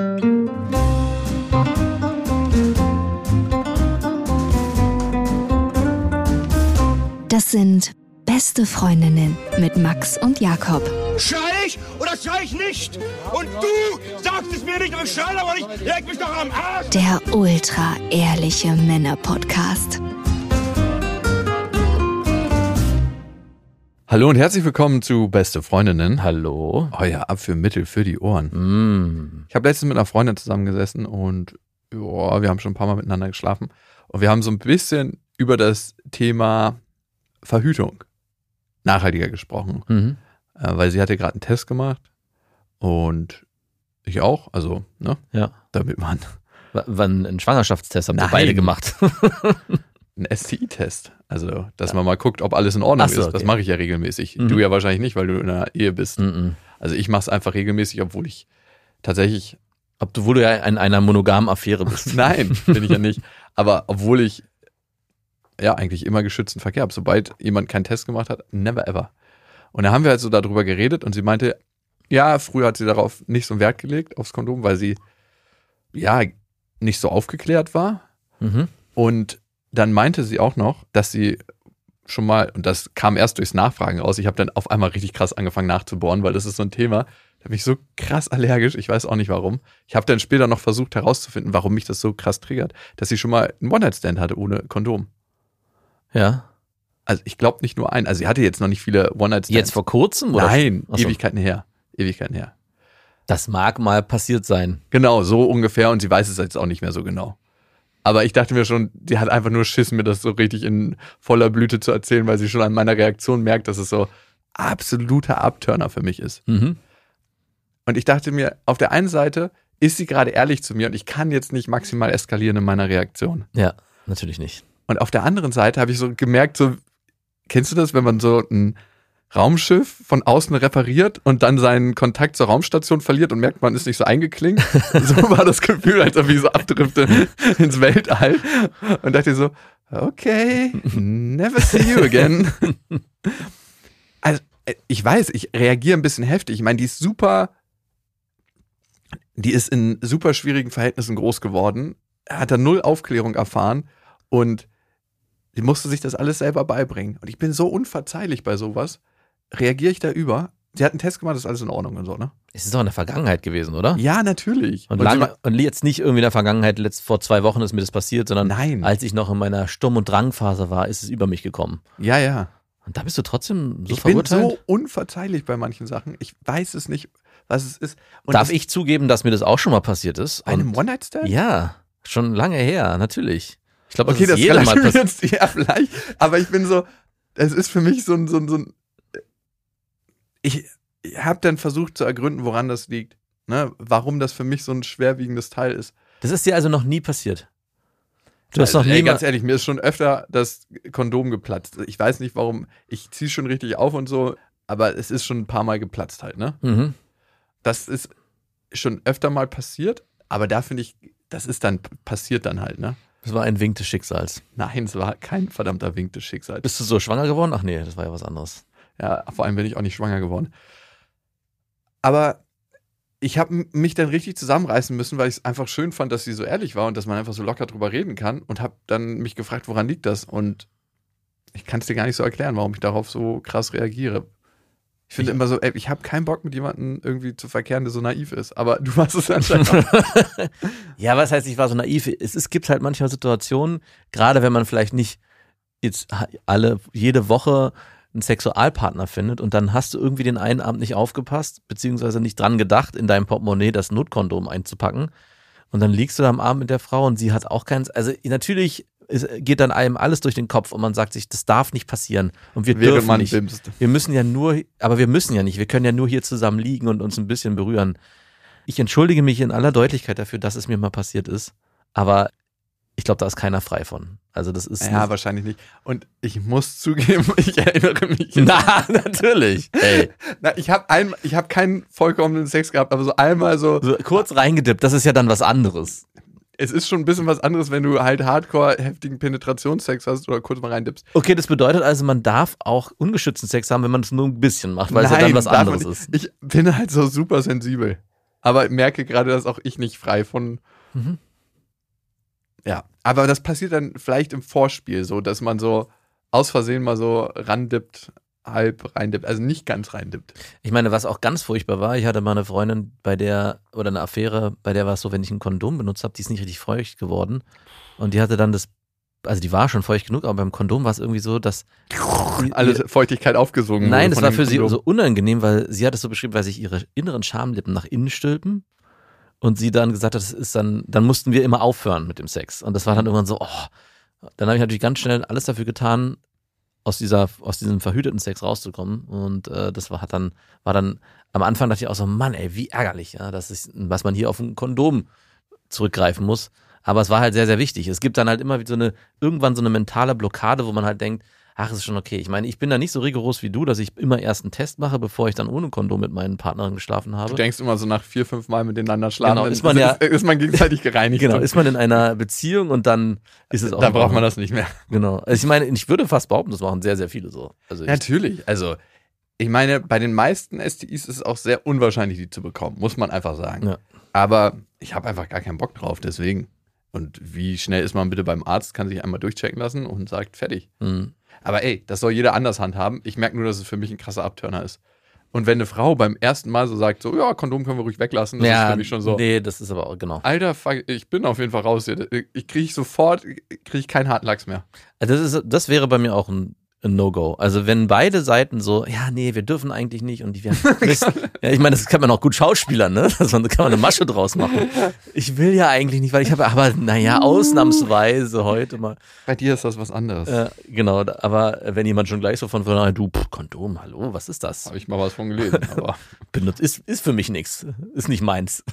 Das sind Beste Freundinnen mit Max und Jakob. Schrei ich oder schrei ich nicht? Und du sagst es mir nicht, aber ich schrei aber nicht. Leg mich doch am Arsch. Der ultra-ehrliche Männer-Podcast. Hallo und herzlich willkommen zu Beste Freundinnen. Hallo. Euer Abführmittel für die Ohren. Ich habe letztens mit einer Freundin zusammengesessen und wir haben schon ein paar Mal miteinander geschlafen. Und wir haben so ein bisschen über das Thema Verhütung nachhaltiger gesprochen. Weil sie hatte gerade einen Test gemacht und ich auch. Also, ne? Ja. Damit man... Wann einen Schwangerschaftstest haben wir beide gemacht? Ein STI-Test. Also, dass man mal guckt, ob alles in Ordnung ist. Das mache ich ja regelmäßig. Du ja wahrscheinlich nicht, weil du in einer Ehe bist. Also ich mache es einfach regelmäßig, obwohl ich tatsächlich... Obwohl du ja in einer monogamen Affäre bist. Nein, bin ich ja nicht. Aber obwohl ich ja eigentlich immer geschützten Verkehr habe. Sobald jemand keinen Test gemacht hat, never ever. Und da haben wir halt so darüber geredet und sie meinte, ja, früher hat sie darauf nicht so einen Wert gelegt, aufs Kondom, weil sie ja nicht so aufgeklärt war. Und dann meinte sie auch noch, dass sie schon mal, und das kam erst durchs Nachfragen raus, ich habe dann auf einmal richtig krass angefangen nachzubohren, weil das ist so ein Thema, da bin ich so krass allergisch, ich weiß auch nicht warum. Ich habe dann später noch versucht herauszufinden, warum mich das so krass triggert, dass sie schon mal einen One-Night-Stand hatte ohne Kondom. Ja. Also ich glaube nicht nur einen, also sie hatte jetzt noch nicht viele One-Night-Stands. Jetzt vor kurzem? Oder? Nein, Achso. Ewigkeiten her. Das mag mal passiert sein. Genau, so ungefähr und sie weiß es jetzt auch nicht mehr so genau. Aber ich dachte mir schon, sie hat einfach nur Schiss, mir das so richtig in voller Blüte zu erzählen, weil sie schon an meiner Reaktion merkt, dass es so absoluter Abturner für mich ist. Und ich dachte mir, auf der einen Seite ist sie gerade ehrlich zu mir und ich kann jetzt nicht maximal eskalieren in meiner Reaktion. Ja, natürlich nicht. Und auf der anderen Seite habe ich so gemerkt, so, kennst du das, wenn man so ein Raumschiff von außen repariert und dann seinen Kontakt zur Raumstation verliert und merkt, man ist nicht so eingeklinkt? So war das Gefühl, als ob ich so abdrifte ins Weltall und dachte so, okay, never see you again. Also, ich weiß, ich reagiere ein bisschen heftig. Ich meine, die ist in super schwierigen Verhältnissen groß geworden, hat da null Aufklärung erfahren und sie musste sich das alles selber beibringen. Und ich bin so unverzeihlich bei sowas. Reagiere ich da über? Sie hat einen Test gemacht, ist alles in Ordnung und so, ne? Es ist doch in der Vergangenheit gewesen, oder? Ja, natürlich. Und jetzt nicht irgendwie in der Vergangenheit, vor 2 Wochen ist mir das passiert, sondern Nein. Als ich noch in meiner Sturm- und Drangphase war, ist es über mich gekommen. Ja, ja. Und da bist du trotzdem so ich bin verurteilt? so unverzeihlich bei manchen Sachen. Ich weiß es nicht, was es ist. Und Darf ich zugeben, dass mir das auch schon mal passiert ist? Bei einem One-Night-Stand? Ja, schon lange her, natürlich. Ich glaube, okay, das das jedem kann mal ich passiert. jetzt, ja, vielleicht. Aber ich bin so, es ist für mich so ein ich habe dann versucht zu ergründen, woran das liegt. Ne? Warum das für mich so ein schwerwiegendes Teil ist. Das ist dir also noch nie passiert? Du hast noch nie ganz ehrlich, mir ist schon öfter das Kondom geplatzt. Ich weiß nicht warum, ich ziehe schon richtig auf und so, aber es ist schon ein paar Mal geplatzt halt, ne? Das ist schon öfter mal passiert, aber da finde ich, das ist dann, passiert dann halt, ne? Das war ein Wink des Schicksals. Nein, es war kein verdammter Wink des Schicksals. Bist du so schwanger geworden? Ach nee, das war ja was anderes. Ja, vor allem bin ich auch nicht schwanger geworden. Aber ich habe mich dann richtig zusammenreißen müssen, weil ich es einfach schön fand, dass sie so ehrlich war und dass man einfach so locker drüber reden kann und habe dann mich gefragt, woran liegt das? Und ich kann es dir gar nicht so erklären, warum ich darauf so krass reagiere. Ich finde immer so, ich habe keinen Bock mit jemandem irgendwie zu verkehren, der so naiv ist. Aber du warst es anscheinend auch. Ja, was heißt, ich war so naiv? Es gibt halt manchmal Situationen, gerade wenn man vielleicht nicht jetzt jede Woche einen Sexualpartner findet und dann hast du irgendwie den einen Abend nicht aufgepasst, beziehungsweise nicht dran gedacht, in deinem Portemonnaie das Notkondom einzupacken und dann liegst du da am Abend mit der Frau und sie hat auch keins, also natürlich geht dann einem alles durch den Kopf und man sagt sich, das darf nicht passieren und wir dürfen nicht. Wir müssen ja nur, aber wir müssen ja nicht, wir können ja nur hier zusammen liegen und uns ein bisschen berühren. Ich entschuldige mich in aller Deutlichkeit dafür, dass es mir mal passiert ist, aber ich glaube, da ist keiner frei von. Also das ist ja, wahrscheinlich nicht. Und ich muss zugeben, ich erinnere mich. Na, natürlich. Ey. Na, ich habe keinen vollkommenen Sex gehabt, aber so einmal so kurz reingedippt, das ist ja dann was anderes. Es ist schon ein bisschen was anderes, wenn du halt hardcore heftigen Penetrationssex hast oder kurz mal reindippst. Okay, das bedeutet also, man darf auch ungeschützten Sex haben, wenn man es nur ein bisschen macht, weil es ja dann was anderes ist. Ich bin halt so super sensibel. aber merke gerade, dass auch ich nicht frei von. Ja, aber das passiert dann vielleicht im Vorspiel so, dass man so aus Versehen mal so randippt, halb reindippt, also nicht ganz reindippt. Ich meine, was auch ganz furchtbar war, ich hatte mal eine Freundin, oder eine Affäre, bei der war es so, wenn ich ein Kondom benutzt habe, die ist nicht richtig feucht geworden und die hatte dann die war schon feucht genug, aber beim Kondom war es irgendwie so, dass Alle Feuchtigkeit aufgesogen wurde. Nein, es von war dem für sie Kondom. so unangenehm, weil sie hat es so beschrieben, weil sich ihre inneren Schamlippen nach innen stülpen und sie dann gesagt hat, das ist dann mussten wir immer aufhören mit dem Sex. Und das war dann irgendwann so, dann habe ich natürlich ganz schnell alles dafür getan, aus diesem verhüteten Sex rauszukommen. Und das war dann am Anfang dachte ich auch so, Mann, ey, wie ärgerlich, ja, was man hier auf ein Kondom zurückgreifen muss. Aber es war halt sehr, sehr wichtig. Es gibt dann halt immer irgendwann so eine mentale Blockade, wo man halt denkt, ach, es ist schon okay. Ich meine, ich bin da nicht so rigoros wie du, dass ich immer erst einen Test mache, bevor ich dann ohne Kondom mit meinen Partnerinnen geschlafen habe. Du denkst immer so nach 4-5 Mal miteinander schlafen, Genau, dann ist man gegenseitig gereinigt. Genau, ist man in einer Beziehung und dann ist es auch. Da braucht man das nicht mehr. Genau. Also ich meine, ich würde fast behaupten, das machen sehr, sehr viele so. Also Natürlich. Also, ich meine, bei den meisten STIs ist es auch sehr unwahrscheinlich, die zu bekommen, muss man einfach sagen. Ja. Aber ich habe einfach gar keinen Bock drauf, deswegen. Und wie schnell ist man bitte beim Arzt, kann sich einmal durchchecken lassen und sagt, fertig. Mhm. Aber ey, das soll jeder anders handhaben. Ich merke nur, dass es für mich ein krasser Abturner ist. Und wenn eine Frau beim ersten Mal so sagt, so, ja, Kondom können wir ruhig weglassen, das ist für mich schon so. Nee, das ist aber auch, genau. Alter, fuck, ich bin auf jeden Fall raus hier. Ich kriege keinen harten Lachs mehr. Also das wäre bei mir auch ein No-Go. Also wenn beide Seiten so, ja, nee, wir dürfen eigentlich nicht und die werden. Ja, ich meine, das kann man auch gut schauspielern, ne? Da kann man eine Masche draus machen. Ich will ja eigentlich nicht, weil ich habe, aber naja, ausnahmsweise heute mal. Bei dir ist das was anderes. Genau, aber wenn jemand schon gleich so von vornherein, du, Kondom, hallo, was ist das? Habe ich mal was von gelesen, aber. Ist für mich nichts. Ist nicht meins.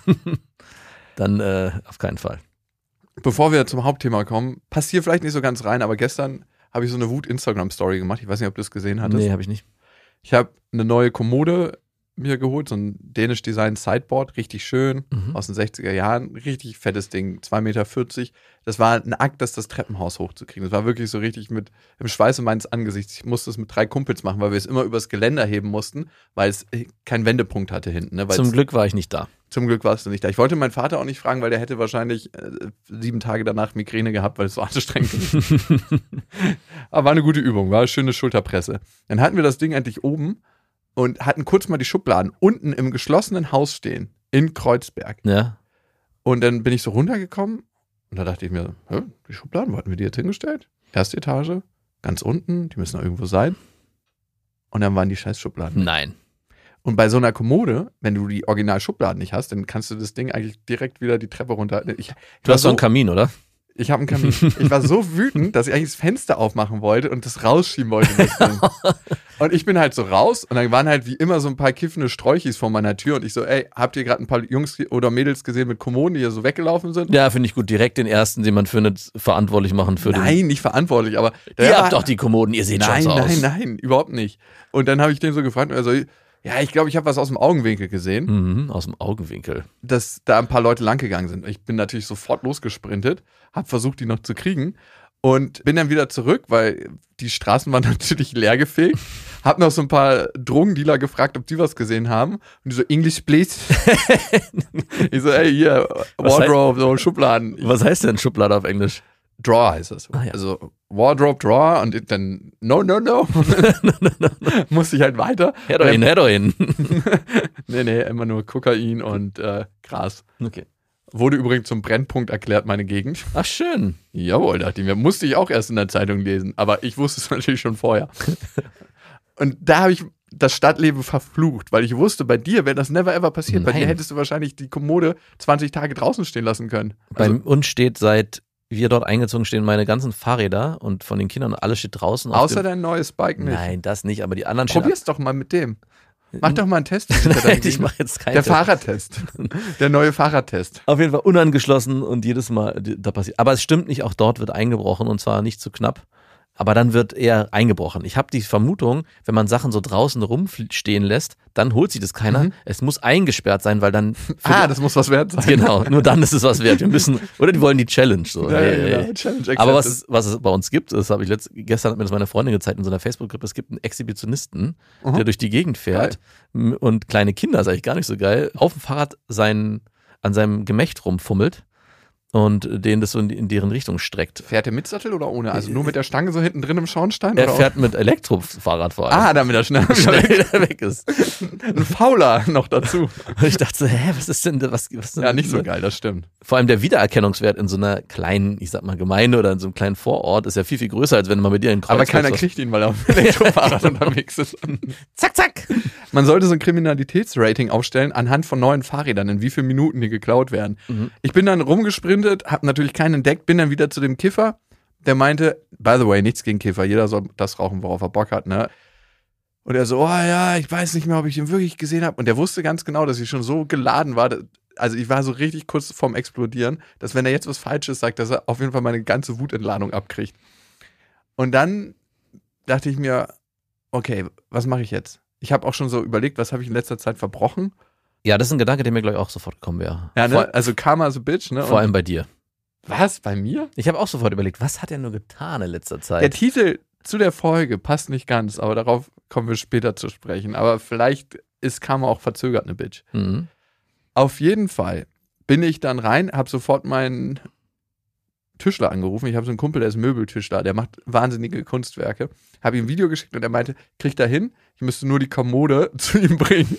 Dann auf keinen Fall. Bevor wir zum Hauptthema kommen, passt hier vielleicht nicht so ganz rein, aber gestern habe ich so eine Wut-Instagram-Story gemacht. Ich weiß nicht, ob du das gesehen hattest. Nee, habe ich nicht. Ich habe eine neue Kommode mir geholt, so ein dänisch Design Sideboard, richtig schön, aus den 60er Jahren, richtig fettes Ding, 2,40 Meter. Das war ein Akt, das Treppenhaus hochzukriegen. Das war wirklich so richtig mit im Schweiße meines Angesichts. Ich musste es mit 3 Kumpels machen, weil wir es immer übers Geländer heben mussten, weil es keinen Wendepunkt hatte hinten. Ne? Zum Glück war ich nicht da. Zum Glück warst du nicht da. Ich wollte meinen Vater auch nicht fragen, weil der hätte wahrscheinlich 7 Tage danach Migräne gehabt, weil es so anstrengend ist. Aber war eine gute Übung, war eine schöne Schulterpresse. Dann hatten wir das Ding endlich oben und hatten kurz mal die Schubladen unten im geschlossenen Haus stehen, in Kreuzberg. Ja. Und dann bin ich so runtergekommen und da dachte ich mir, die Schubladen, wo hatten wir die jetzt hingestellt? Erste Etage, ganz unten, die müssen noch irgendwo sein. Und dann waren die scheiß Schubladen. Nein. Und bei so einer Kommode, wenn du die Original-Schubladen nicht hast, dann kannst du das Ding eigentlich direkt wieder die Treppe runter. Du hast so einen Kamin, oder? Ich habe einen Kamin. Ich war so wütend, dass ich eigentlich das Fenster aufmachen wollte und das rausschieben wollte. Das Ding. Und ich bin halt so raus und dann waren halt wie immer so ein paar kiffende Sträuchis vor meiner Tür und ich so, ey, habt ihr gerade ein paar Jungs oder Mädels gesehen mit Kommoden, die hier so weggelaufen sind? Ja, finde ich gut. Direkt den ersten, den man findet, verantwortlich machen für den. Nein, nicht verantwortlich, aber Ihr habt doch die Kommoden, ihr seht schon so aus. Nein, überhaupt nicht. Und dann habe ich den so gefragt und er so, ja, ich glaube, ich habe was aus dem Augenwinkel gesehen. Aus dem Augenwinkel. Dass da ein paar Leute langgegangen sind. Ich bin natürlich sofort losgesprintet, habe versucht, die noch zu kriegen und bin dann wieder zurück, weil die Straßen waren natürlich leergefegt. Hab noch so ein paar Drogendealer gefragt, ob die was gesehen haben. Und die so, English, please. Ich so, ey, hier, Wardrobe, so Schubladen. Was heißt denn Schublade auf Englisch? Drawer heißt das. Ah, ja. Also Wardrobe, Drawer und dann no. Musste ich halt weiter. Heroin. Nee, immer nur Kokain und Gras. Okay. Wurde übrigens zum Brennpunkt erklärt, meine Gegend. Ach, schön. Jawohl, dachte ich mir. Musste ich auch erst in der Zeitung lesen, aber ich wusste es natürlich schon vorher. Und da habe ich das Stadtleben verflucht, weil ich wusste, bei dir wäre das never ever passiert. Bei dir hättest du wahrscheinlich die Kommode 20 Tage draußen stehen lassen können. Bei uns steht seit wir dort eingezogen stehen, meine ganzen Fahrräder und von den Kindern, alles steht draußen. Außer dein neues Bike nicht. Nein, das nicht, aber die anderen Probier's doch mal mit dem. Mach doch mal einen Test. Nein, ich mache jetzt keinen Der Test. Fahrradtest. Der neue Fahrradtest. Auf jeden Fall unangeschlossen und jedes Mal da passiert. Aber es stimmt nicht, auch dort wird eingebrochen und zwar nicht zu knapp. aber dann wird eher eingebrochen. Ich habe die Vermutung, wenn man Sachen so draußen rumstehen lässt, dann holt sich das keiner. Es muss eingesperrt sein, weil dann... das muss was wert sein. Genau, nur dann ist es was wert. Oder die wollen die Challenge. So. Ja, genau. Challenge accepted. Aber was es bei uns gibt, das habe ich gestern hat mir das meine Freundin gezeigt in so einer Facebook-Gruppe, es gibt einen Exhibitionisten, der durch die Gegend fährt und kleine Kinder, ist eigentlich gar nicht so geil, auf dem Fahrrad an seinem Gemächt rumfummelt und denen das so in deren Richtung streckt. Fährt er mit Sattel oder ohne? Also nur mit der Stange so hinten drin im Schornstein? Er fährt mit Elektrofahrrad vor allem. Damit er schnell wieder weg ist. Ein Fauler noch dazu. Und ich dachte so, was ist denn was denn Ja, nicht so geil, das stimmt. Vor allem der Wiedererkennungswert in so einer kleinen, ich sag mal, Gemeinde oder in so einem kleinen Vorort ist ja viel, viel größer, als wenn man mit dir in Kreuz Aber keiner kriegt ihn, weil er auf dem Elektrofahrrad unterwegs ist. Zack, zack. Man sollte so ein Kriminalitätsrating aufstellen anhand von neuen Fahrrädern, in wie vielen Minuten die geklaut werden. Ich bin dann rumgesprintet, habe natürlich keinen entdeckt, bin dann wieder zu dem Kiffer, der meinte, by the way, nichts gegen Kiffer, jeder soll das rauchen, worauf er Bock hat, ne? Und er so, ich weiß nicht mehr, ob ich den wirklich gesehen habe. Und der wusste ganz genau, dass ich schon so geladen war, also ich war so richtig kurz vorm Explodieren, dass wenn er jetzt was Falsches sagt, dass er auf jeden Fall meine ganze Wutentladung abkriegt. Und dann dachte ich mir, okay, was mache ich jetzt? Ich habe auch schon so überlegt, was habe ich in letzter Zeit verbrochen? Ja, das ist ein Gedanke, der mir gleich auch sofort gekommen wäre. Ja, ne? Also Karma is a bitch, ne? Vor allem bei dir. Was? Bei mir? Ich habe auch sofort überlegt, was hat er nur getan in letzter Zeit? Der Titel zu der Folge passt nicht ganz, aber darauf kommen wir später zu sprechen. Aber vielleicht ist Karma auch verzögert eine Bitch. Auf jeden Fall bin ich dann rein, habe sofort meinen Tischler angerufen. Ich habe so einen Kumpel, der ist Möbeltischler, der macht wahnsinnige Kunstwerke. Habe ihm ein Video geschickt und er meinte, kriegt er hin, ich müsste nur die Kommode zu ihm bringen.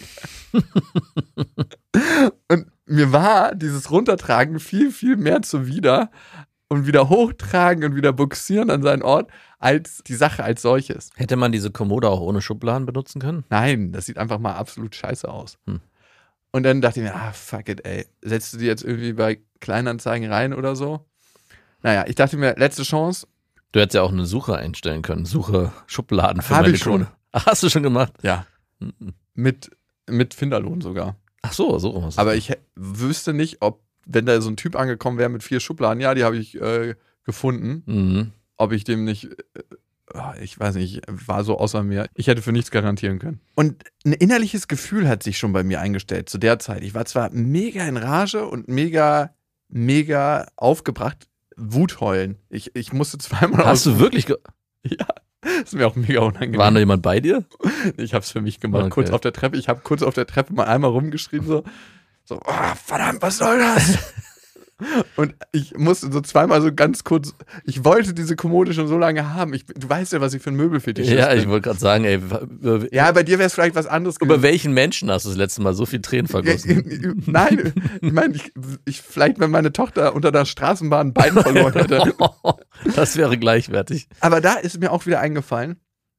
Und mir war dieses Runtertragen viel, viel mehr zuwider und wieder hochtragen und wieder buxieren an seinen Ort, als die Sache als solches. Hätte man diese Kommode auch ohne Schubladen benutzen können? Nein, das sieht einfach mal absolut scheiße aus. Und dann dachte ich mir, fuck it, ey, setzt du die jetzt irgendwie bei Kleinanzeigen rein oder so? Naja, ich dachte mir, letzte Chance. Du hättest ja auch eine Suche einstellen können. Suche Schubladen für Hab meine ich schon. Kohle. Ach, hast du schon gemacht? Ja. Mit Finderlohn sogar. Ach so was. Aber ich wüsste nicht, ob, wenn da so ein Typ angekommen wäre mit 4 Schubladen, ja, die habe ich gefunden, ob ich dem nicht, ich weiß nicht, war so außer mir, ich hätte für nichts garantieren können. Und ein innerliches Gefühl hat sich schon bei mir eingestellt zu der Zeit. Ich war zwar mega in Rage und mega, mega aufgebracht, Wut heulen. Ich musste zweimal Hast du wirklich? Ja, ist mir auch mega unangenehm. War noch jemand bei dir? Ich hab's für mich gemacht, Okay. kurz auf der Treppe. Ich habe kurz auf der Treppe mal einmal rumgeschrien, so verdammt, was soll das? Und ich musste so zweimal so ganz kurz, ich wollte diese Kommode schon so lange haben. Du weißt ja, was ich für ein Möbelfetisch Ja, bin. Ich wollte gerade sagen, ey, Ja, bei dir wäre es vielleicht was anderes über welchen Menschen hast du das letzte Mal so viel Tränen vergossen? Nein, ich meine, ich vielleicht, wenn meine Tochter unter der Straßenbahn ein Bein verloren hätte. Das wäre gleichwertig. Aber da ist mir auch wieder eingefallen,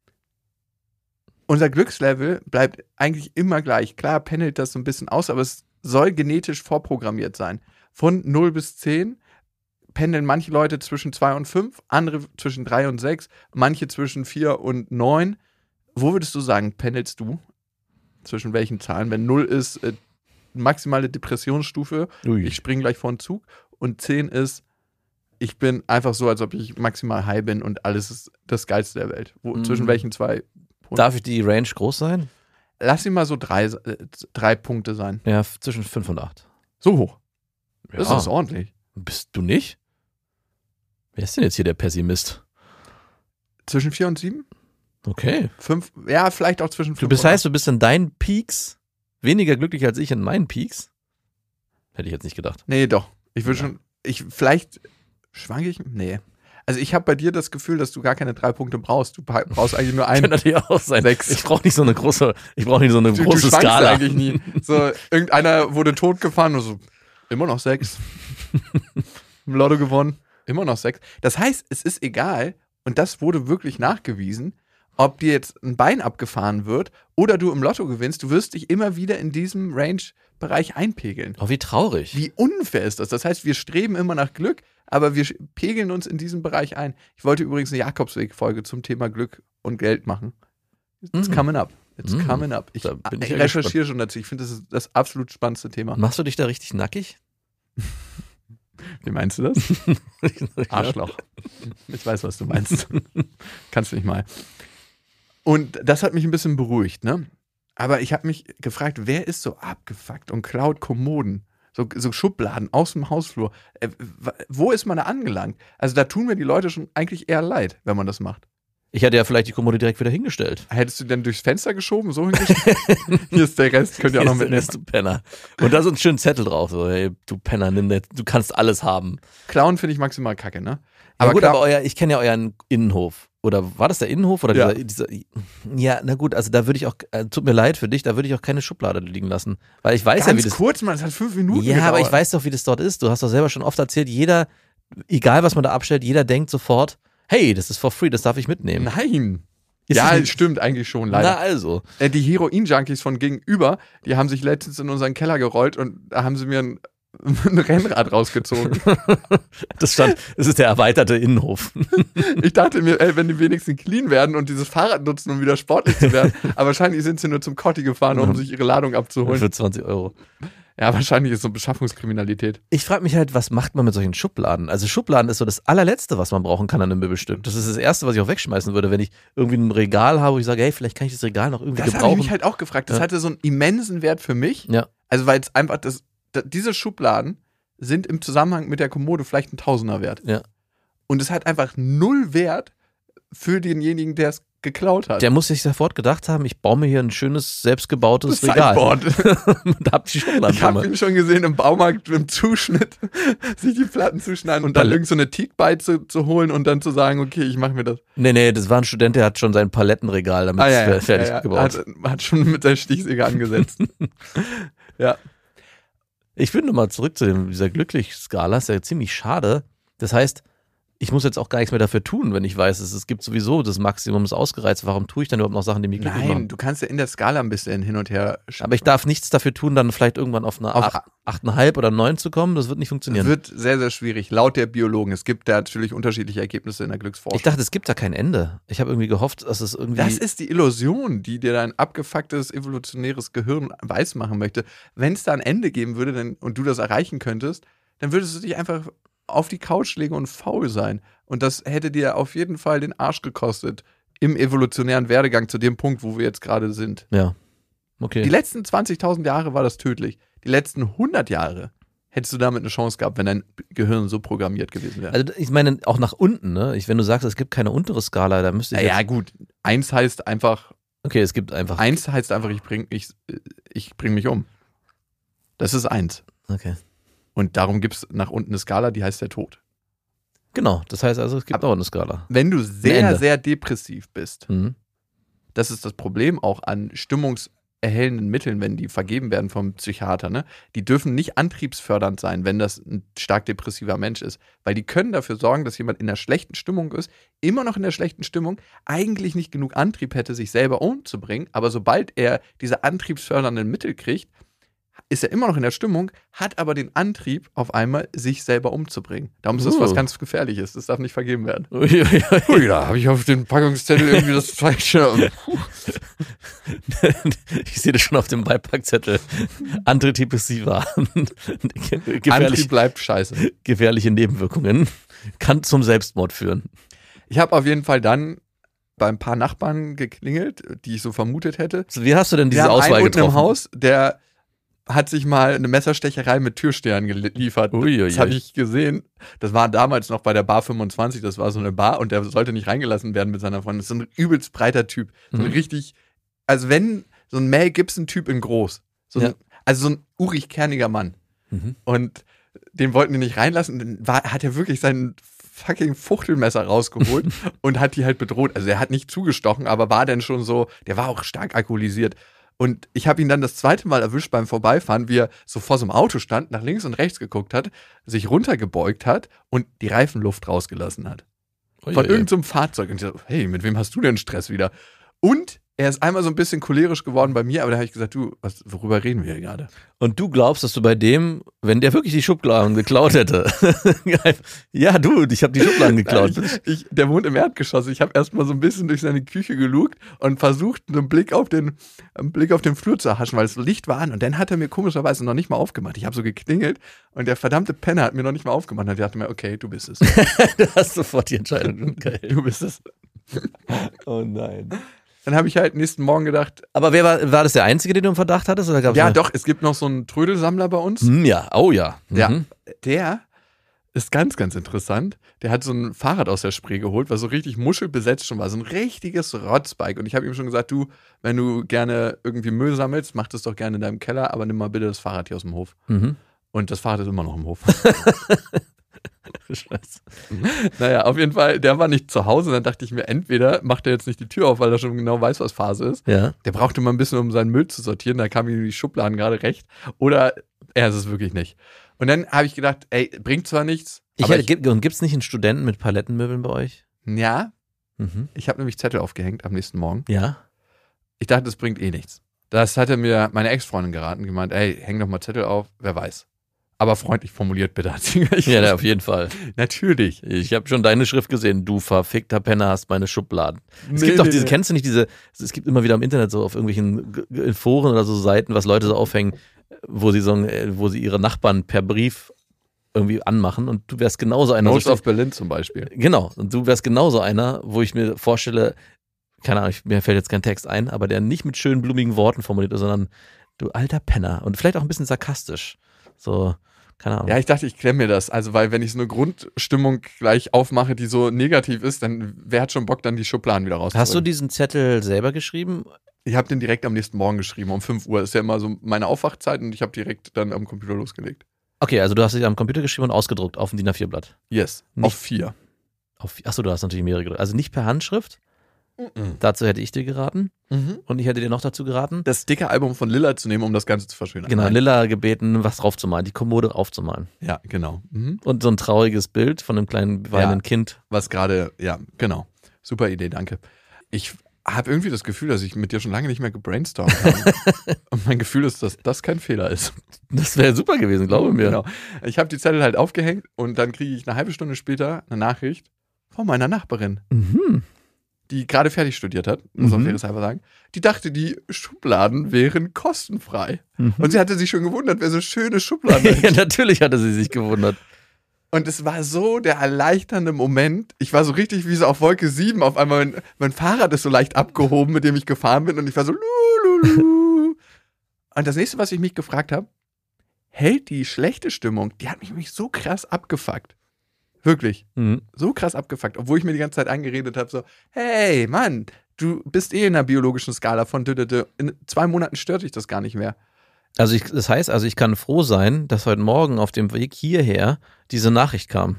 unser Glückslevel bleibt eigentlich immer gleich. Klar pendelt das so ein bisschen aus, aber es soll genetisch vorprogrammiert sein. Von 0 bis 10 pendeln manche Leute zwischen 2 und 5, andere zwischen 3 und 6, manche zwischen 4 und 9. Wo würdest du sagen, pendelst du? Zwischen welchen Zahlen? Wenn 0 ist maximale Depressionsstufe, Ui. ich springe gleich vor den Zug, und 10 ist, ich bin einfach so, als ob ich maximal high bin und alles ist das Geilste der Welt. Zwischen welchen 2 Punkten? Darf ich die Range groß sein? Lass ihn mal so 3 Punkte sein. Ja, zwischen 5 und 8. So hoch. Das Ja. ist ordentlich. Bist du nicht? Wer ist denn jetzt hier der Pessimist? Zwischen 4 und 7? Okay. 5, ja, vielleicht auch zwischen 5 Du bist, heißt, du bist in deinen Peaks weniger glücklich als ich in meinen Peaks? Hätte ich jetzt nicht gedacht. Nee, doch. Ich würde Ja. schon, vielleicht schwanke ich, nee. Also ich habe bei dir das Gefühl, dass du gar keine 3 Punkte brauchst. Du brauchst eigentlich nur Kann einen. natürlich auch sein. 6. Ich brauche nicht so eine große, Du große schwankst Skala. eigentlich nie. So, irgendeiner wurde totgefahren und so, immer noch 6. Im Lotto gewonnen, immer noch 6. Das heißt, es ist egal, und das wurde wirklich nachgewiesen, ob dir jetzt ein Bein abgefahren wird oder du im Lotto gewinnst, du wirst dich immer wieder in diesem Range-Bereich einpegeln. Oh, wie traurig. Wie unfair ist das? Das heißt, wir streben immer nach Glück, aber wir pegeln uns in diesem Bereich ein. Ich wollte übrigens eine Jakobsweg-Folge zum Thema Glück und Geld machen. It's coming up. It's coming up. Ich Da bin ich ja recherchiere schon dazu. Ich finde, das ist das absolut spannendste Thema. Machst du dich da richtig nackig? Wie meinst du das? Arschloch. Ich weiß, was du meinst. Kannst du nicht mal. Und das hat mich ein bisschen beruhigt, ne? Aber ich habe mich gefragt, wer ist so abgefuckt und klaut Kommoden? So Schubladen aus dem Hausflur. Wo ist man da angelangt? Also da tun mir die Leute schon eigentlich eher leid, wenn man das macht. Ich hätte ja vielleicht die Kommode direkt wieder hingestellt. Hättest du denn durchs Fenster geschoben, so hingestellt? Hier ist der Rest, könnt ihr auch noch mitnehmen. Du Penner. Und da ist ein schöner Zettel drauf, so, hey, du Penner, nimm das, du kannst alles haben. Klauen finde ich maximal kacke, ne? Aber gut, aber ich kenne ja euren Innenhof. Oder war das der Innenhof? Oder ja. dieser, ja, na gut, also da würde ich auch, tut mir leid für dich, da würde ich auch keine Schublade liegen lassen. Weil ich weiß Ganz ja, wie das. kurz, man, das hat 5 Minuten Ja, gedauert. aber ich weiß doch, wie das dort ist. Du hast doch selber schon oft erzählt, jeder, egal was man da abstellt, jeder denkt sofort, hey, das ist for free, das darf ich mitnehmen. Nein. Ist Ja, das stimmt eigentlich schon, leider. Na also. Die Heroin-Junkies von gegenüber, die haben sich letztens in unseren Keller gerollt und da haben sie mir ein Rennrad rausgezogen. Das ist der erweiterte Innenhof. Ich dachte mir, ey, wenn die wenigstens clean werden und dieses Fahrrad nutzen, um wieder sportlich zu werden, aber wahrscheinlich sind sie nur zum Kotti gefahren, um sich ihre Ladung abzuholen. Für 20 €. Ja, wahrscheinlich ist so Beschaffungskriminalität. Ich frage mich halt, was macht man mit solchen Schubladen? Also Schubladen ist so das allerletzte, was man brauchen kann an einem Möbelstück. Das ist das Erste, was ich auch wegschmeißen würde, wenn ich irgendwie ein Regal habe, wo ich sage, hey, vielleicht kann ich das Regal noch irgendwie Das gebrauchen. habe ich mich halt auch gefragt. Das hatte so einen immensen Wert für mich. Ja. Also weil es einfach, diese Schubladen sind im Zusammenhang mit der Kommode vielleicht ein Tausender wert. Ja. Und es hat einfach 0 Wert für denjenigen, der es geklaut hat. Der muss sich sofort gedacht haben, ich baue mir hier ein schönes, selbstgebautes Regal. Da habt ihr Schubladen. Ich habe ihn schon gesehen im Baumarkt im Zuschnitt, sich die Platten zuschneiden und dann irgend so eine Teakbite zu holen und dann zu sagen, okay, ich mache mir das. Nee, das war ein Student, der hat schon sein Palettenregal damit fertig gebaut. Hat schon mit der Stichsäge angesetzt. Ja. Ich will nochmal zurück zu dieser Glücklich-Skala, ist ja ziemlich schade. Das heißt, ich muss jetzt auch gar nichts mehr dafür tun, wenn ich weiß, es gibt sowieso das Maximum, ist ausgereizt. Warum tue ich dann überhaupt noch Sachen, die mich glücklich machen? Nein, du kannst ja in der Skala ein bisschen hin und her Aber ich darf nichts dafür tun, dann vielleicht irgendwann auf eine 8,5 oder 9 zu kommen. Das wird nicht funktionieren. Wird sehr, sehr schwierig, laut der Biologen. Es gibt da natürlich unterschiedliche Ergebnisse in der Glücksforschung. Ich dachte, es gibt da kein Ende. Ich habe irgendwie gehofft, dass es irgendwie... Das ist die Illusion, die dir dein abgefucktes, evolutionäres Gehirn weismachen möchte. Wenn es da ein Ende geben würde und du das erreichen könntest, dann würdest du dich einfach auf die Couch legen und faul sein. Und das hätte dir auf jeden Fall den Arsch gekostet im evolutionären Werdegang zu dem Punkt, wo wir jetzt gerade sind. Ja, okay. Die letzten 20.000 Jahre war das tödlich. Die letzten 100 Jahre hättest du damit eine Chance gehabt, wenn dein Gehirn so programmiert gewesen wäre. Also ich meine, auch nach unten, ne? Wenn du sagst, es gibt keine untere Skala, da müsste ich Ja gut, 1 heißt einfach... Okay, es gibt einfach... 1 heißt einfach, ich bring mich um. Das ist 1. Okay. Und darum gibt es nach unten eine Skala, die heißt der Tod. Genau, das heißt also, es gibt auch eine Skala. Wenn du sehr, sehr depressiv bist, Mhm. das ist das Problem auch an stimmungserhellenden Mitteln, wenn die vergeben werden vom Psychiater, ne? Die dürfen nicht antriebsfördernd sein, wenn das ein stark depressiver Mensch ist. Weil die können dafür sorgen, dass jemand in einer schlechten Stimmung ist, immer noch in der schlechten Stimmung, eigentlich nicht genug Antrieb hätte, sich selber umzubringen, aber sobald er diese antriebsfördernden Mittel kriegt, ist er immer noch in der Stimmung, hat aber den Antrieb, auf einmal sich selber umzubringen. Darum ist das was ganz Gefährliches. Das darf nicht vergeben werden. Ui, da habe ich auf den Packungszettel irgendwie das falsche. Ich sehe das schon auf dem Beipackzettel. Antidepressiva. Antrieb bleibt scheiße. Gefährliche Nebenwirkungen. Kann zum Selbstmord führen. Ich habe auf jeden Fall dann bei ein paar Nachbarn geklingelt, die ich so vermutet hätte. Wie hast du denn diese Wir haben Auswahl einen unten getroffen? im Haus, der hat sich mal eine Messerstecherei mit Türstern geliefert. Das habe ich gesehen. Das war damals noch bei der Bar 25, das war so eine Bar und der sollte nicht reingelassen werden mit seiner Freundin. Das ist so ein übelst breiter Typ. So ein richtig, also wenn so ein Mel Gibson-Typ in groß. Also so ein urig-kerniger Mann. Mhm. Und den wollten die nicht reinlassen. Dann hat er wirklich sein fucking Fuchtelmesser rausgeholt und hat die halt bedroht. Also er hat nicht zugestochen, aber war dann schon so, der war auch stark alkoholisiert. Und ich habe ihn dann das zweite Mal erwischt beim Vorbeifahren, wie er so vor so einem Auto stand, nach links und rechts geguckt hat, sich runtergebeugt hat und die Reifenluft rausgelassen hat. Von irgendeinem Fahrzeug. Und ich so, hey, mit wem hast du denn Stress wieder? Und er ist einmal so ein bisschen cholerisch geworden bei mir, aber da habe ich gesagt, du, worüber reden wir hier gerade? Und du glaubst, dass du bei dem, wenn der wirklich die Schubladen geklaut hätte, ja du, ich habe die Schubladen geklaut. Der wohnt im Erdgeschoss. Ich habe erstmal so ein bisschen durch seine Küche gelugt und versucht, einen Blick auf den Flur zu erhaschen, weil das Licht war an. Und dann hat er mir komischerweise noch nicht mal aufgemacht. Ich habe so geklingelt und der verdammte Penner hat mir noch nicht mal aufgemacht. Und ich dachte mir, okay, du bist es. Du hast sofort die Entscheidung. Geil. Du bist es. Oh nein. Dann habe ich halt nächsten Morgen gedacht. Aber war das der Einzige, den du im Verdacht hattest? Oder gab's Doch, es gibt noch so einen Trödelsammler bei uns. Ja, oh ja. Ja, der ist ganz, ganz interessant. Der hat so ein Fahrrad aus der Spree geholt, was so richtig muschelbesetzt schon war. So ein richtiges Rotzbike. Und ich habe ihm schon gesagt, du, wenn du gerne irgendwie Müll sammelst, mach das doch gerne in deinem Keller, aber nimm mal bitte das Fahrrad hier aus dem Hof. Und das Fahrrad ist immer noch im Hof. Scheiße. Naja, auf jeden Fall, der war nicht zu Hause. Dann dachte ich mir, entweder macht er jetzt nicht die Tür auf, weil er schon genau weiß, was Phase ist. Ja. Der brauchte mal ein bisschen, um seinen Müll zu sortieren. Da kamen ihm die Schubladen gerade recht. Oder er ist es wirklich nicht. Und dann habe ich gedacht, ey, bringt zwar nichts. Und gibt es nicht einen Studenten mit Palettenmöbeln bei euch? Ja. Ich habe nämlich Zettel aufgehängt am nächsten Morgen. Ja. Ich dachte, das bringt eh nichts. Das hatte mir meine Ex-Freundin geraten, gemeint, ey, häng doch mal Zettel auf, wer weiß. Aber freundlich formuliert bitte. Ja, auf jeden Fall. Natürlich. Ich habe schon deine Schrift gesehen. Du verfickter Penner hast meine Schubladen. Es gibt doch diese, kennst du nicht diese, es gibt immer wieder im Internet so auf irgendwelchen Foren oder so Seiten, was Leute so aufhängen, wo sie ihre Nachbarn per Brief irgendwie anmachen und du wärst genauso einer. Most of Berlin zum Beispiel. Genau. Und du wärst genauso einer, wo ich mir vorstelle, keine Ahnung, mir fällt jetzt kein Text ein, aber der nicht mit schönen blumigen Worten formuliert ist, sondern du alter Penner. Und vielleicht auch ein bisschen sarkastisch. So, keine Ahnung. Ja, ich dachte, ich klemme mir das. Also, weil wenn ich so eine Grundstimmung gleich aufmache, die so negativ ist, dann wer hat schon Bock, dann die Schubladen wieder rauszuholen? Hast du diesen Zettel selber geschrieben? Ich habe den direkt am nächsten Morgen geschrieben, um 5 Uhr. Das ist ja immer so meine Aufwachzeit und ich habe direkt dann am Computer losgelegt. Okay, also du hast dich am Computer geschrieben und ausgedruckt auf dem DIN A4-Blatt. Yes, nicht, auf 4. Achso, du hast natürlich mehrere gedruckt. Also nicht per Handschrift. Dazu hätte ich dir geraten. Und ich hätte dir noch dazu geraten, das Sticker-Album von Lilla zu nehmen, um das Ganze zu verschönern. Genau, Lilla gebeten, was draufzumalen, die Kommode aufzumalen. Ja, genau. Und so ein trauriges Bild von einem kleinen weinenden Kind. Was gerade, ja, genau. Super Idee, danke. Ich habe irgendwie das Gefühl, dass ich mit dir schon lange nicht mehr gebrainstormt habe. Und mein Gefühl ist, dass das kein Fehler ist. Das wäre super gewesen, glaube mir. Genau. Ich habe die Zettel halt aufgehängt und dann kriege ich eine halbe Stunde später eine Nachricht von meiner Nachbarin. Die gerade fertig studiert hat, muss man fairerweise sagen, die dachte, die Schubladen wären kostenfrei. Und sie hatte sich schon gewundert, wer so schöne Schubladen hat. Ja, natürlich hatte sie sich gewundert. Und es war so der erleichternde Moment. Ich war so richtig wie so auf Wolke 7. Auf einmal, mein Fahrrad ist so leicht abgehoben, mit dem ich gefahren bin. Und ich war so lululu. Und das nächste, was ich mich gefragt habe, hält die schlechte Stimmung, die hat mich so krass abgefuckt. Wirklich. So krass abgefuckt. Obwohl ich mir die ganze Zeit eingeredet habe, so, hey, Mann, du bist in einer biologischen Skala von in 2 Monaten stört dich das gar nicht mehr. Also das heißt, ich kann froh sein, dass heute Morgen auf dem Weg hierher diese Nachricht kam.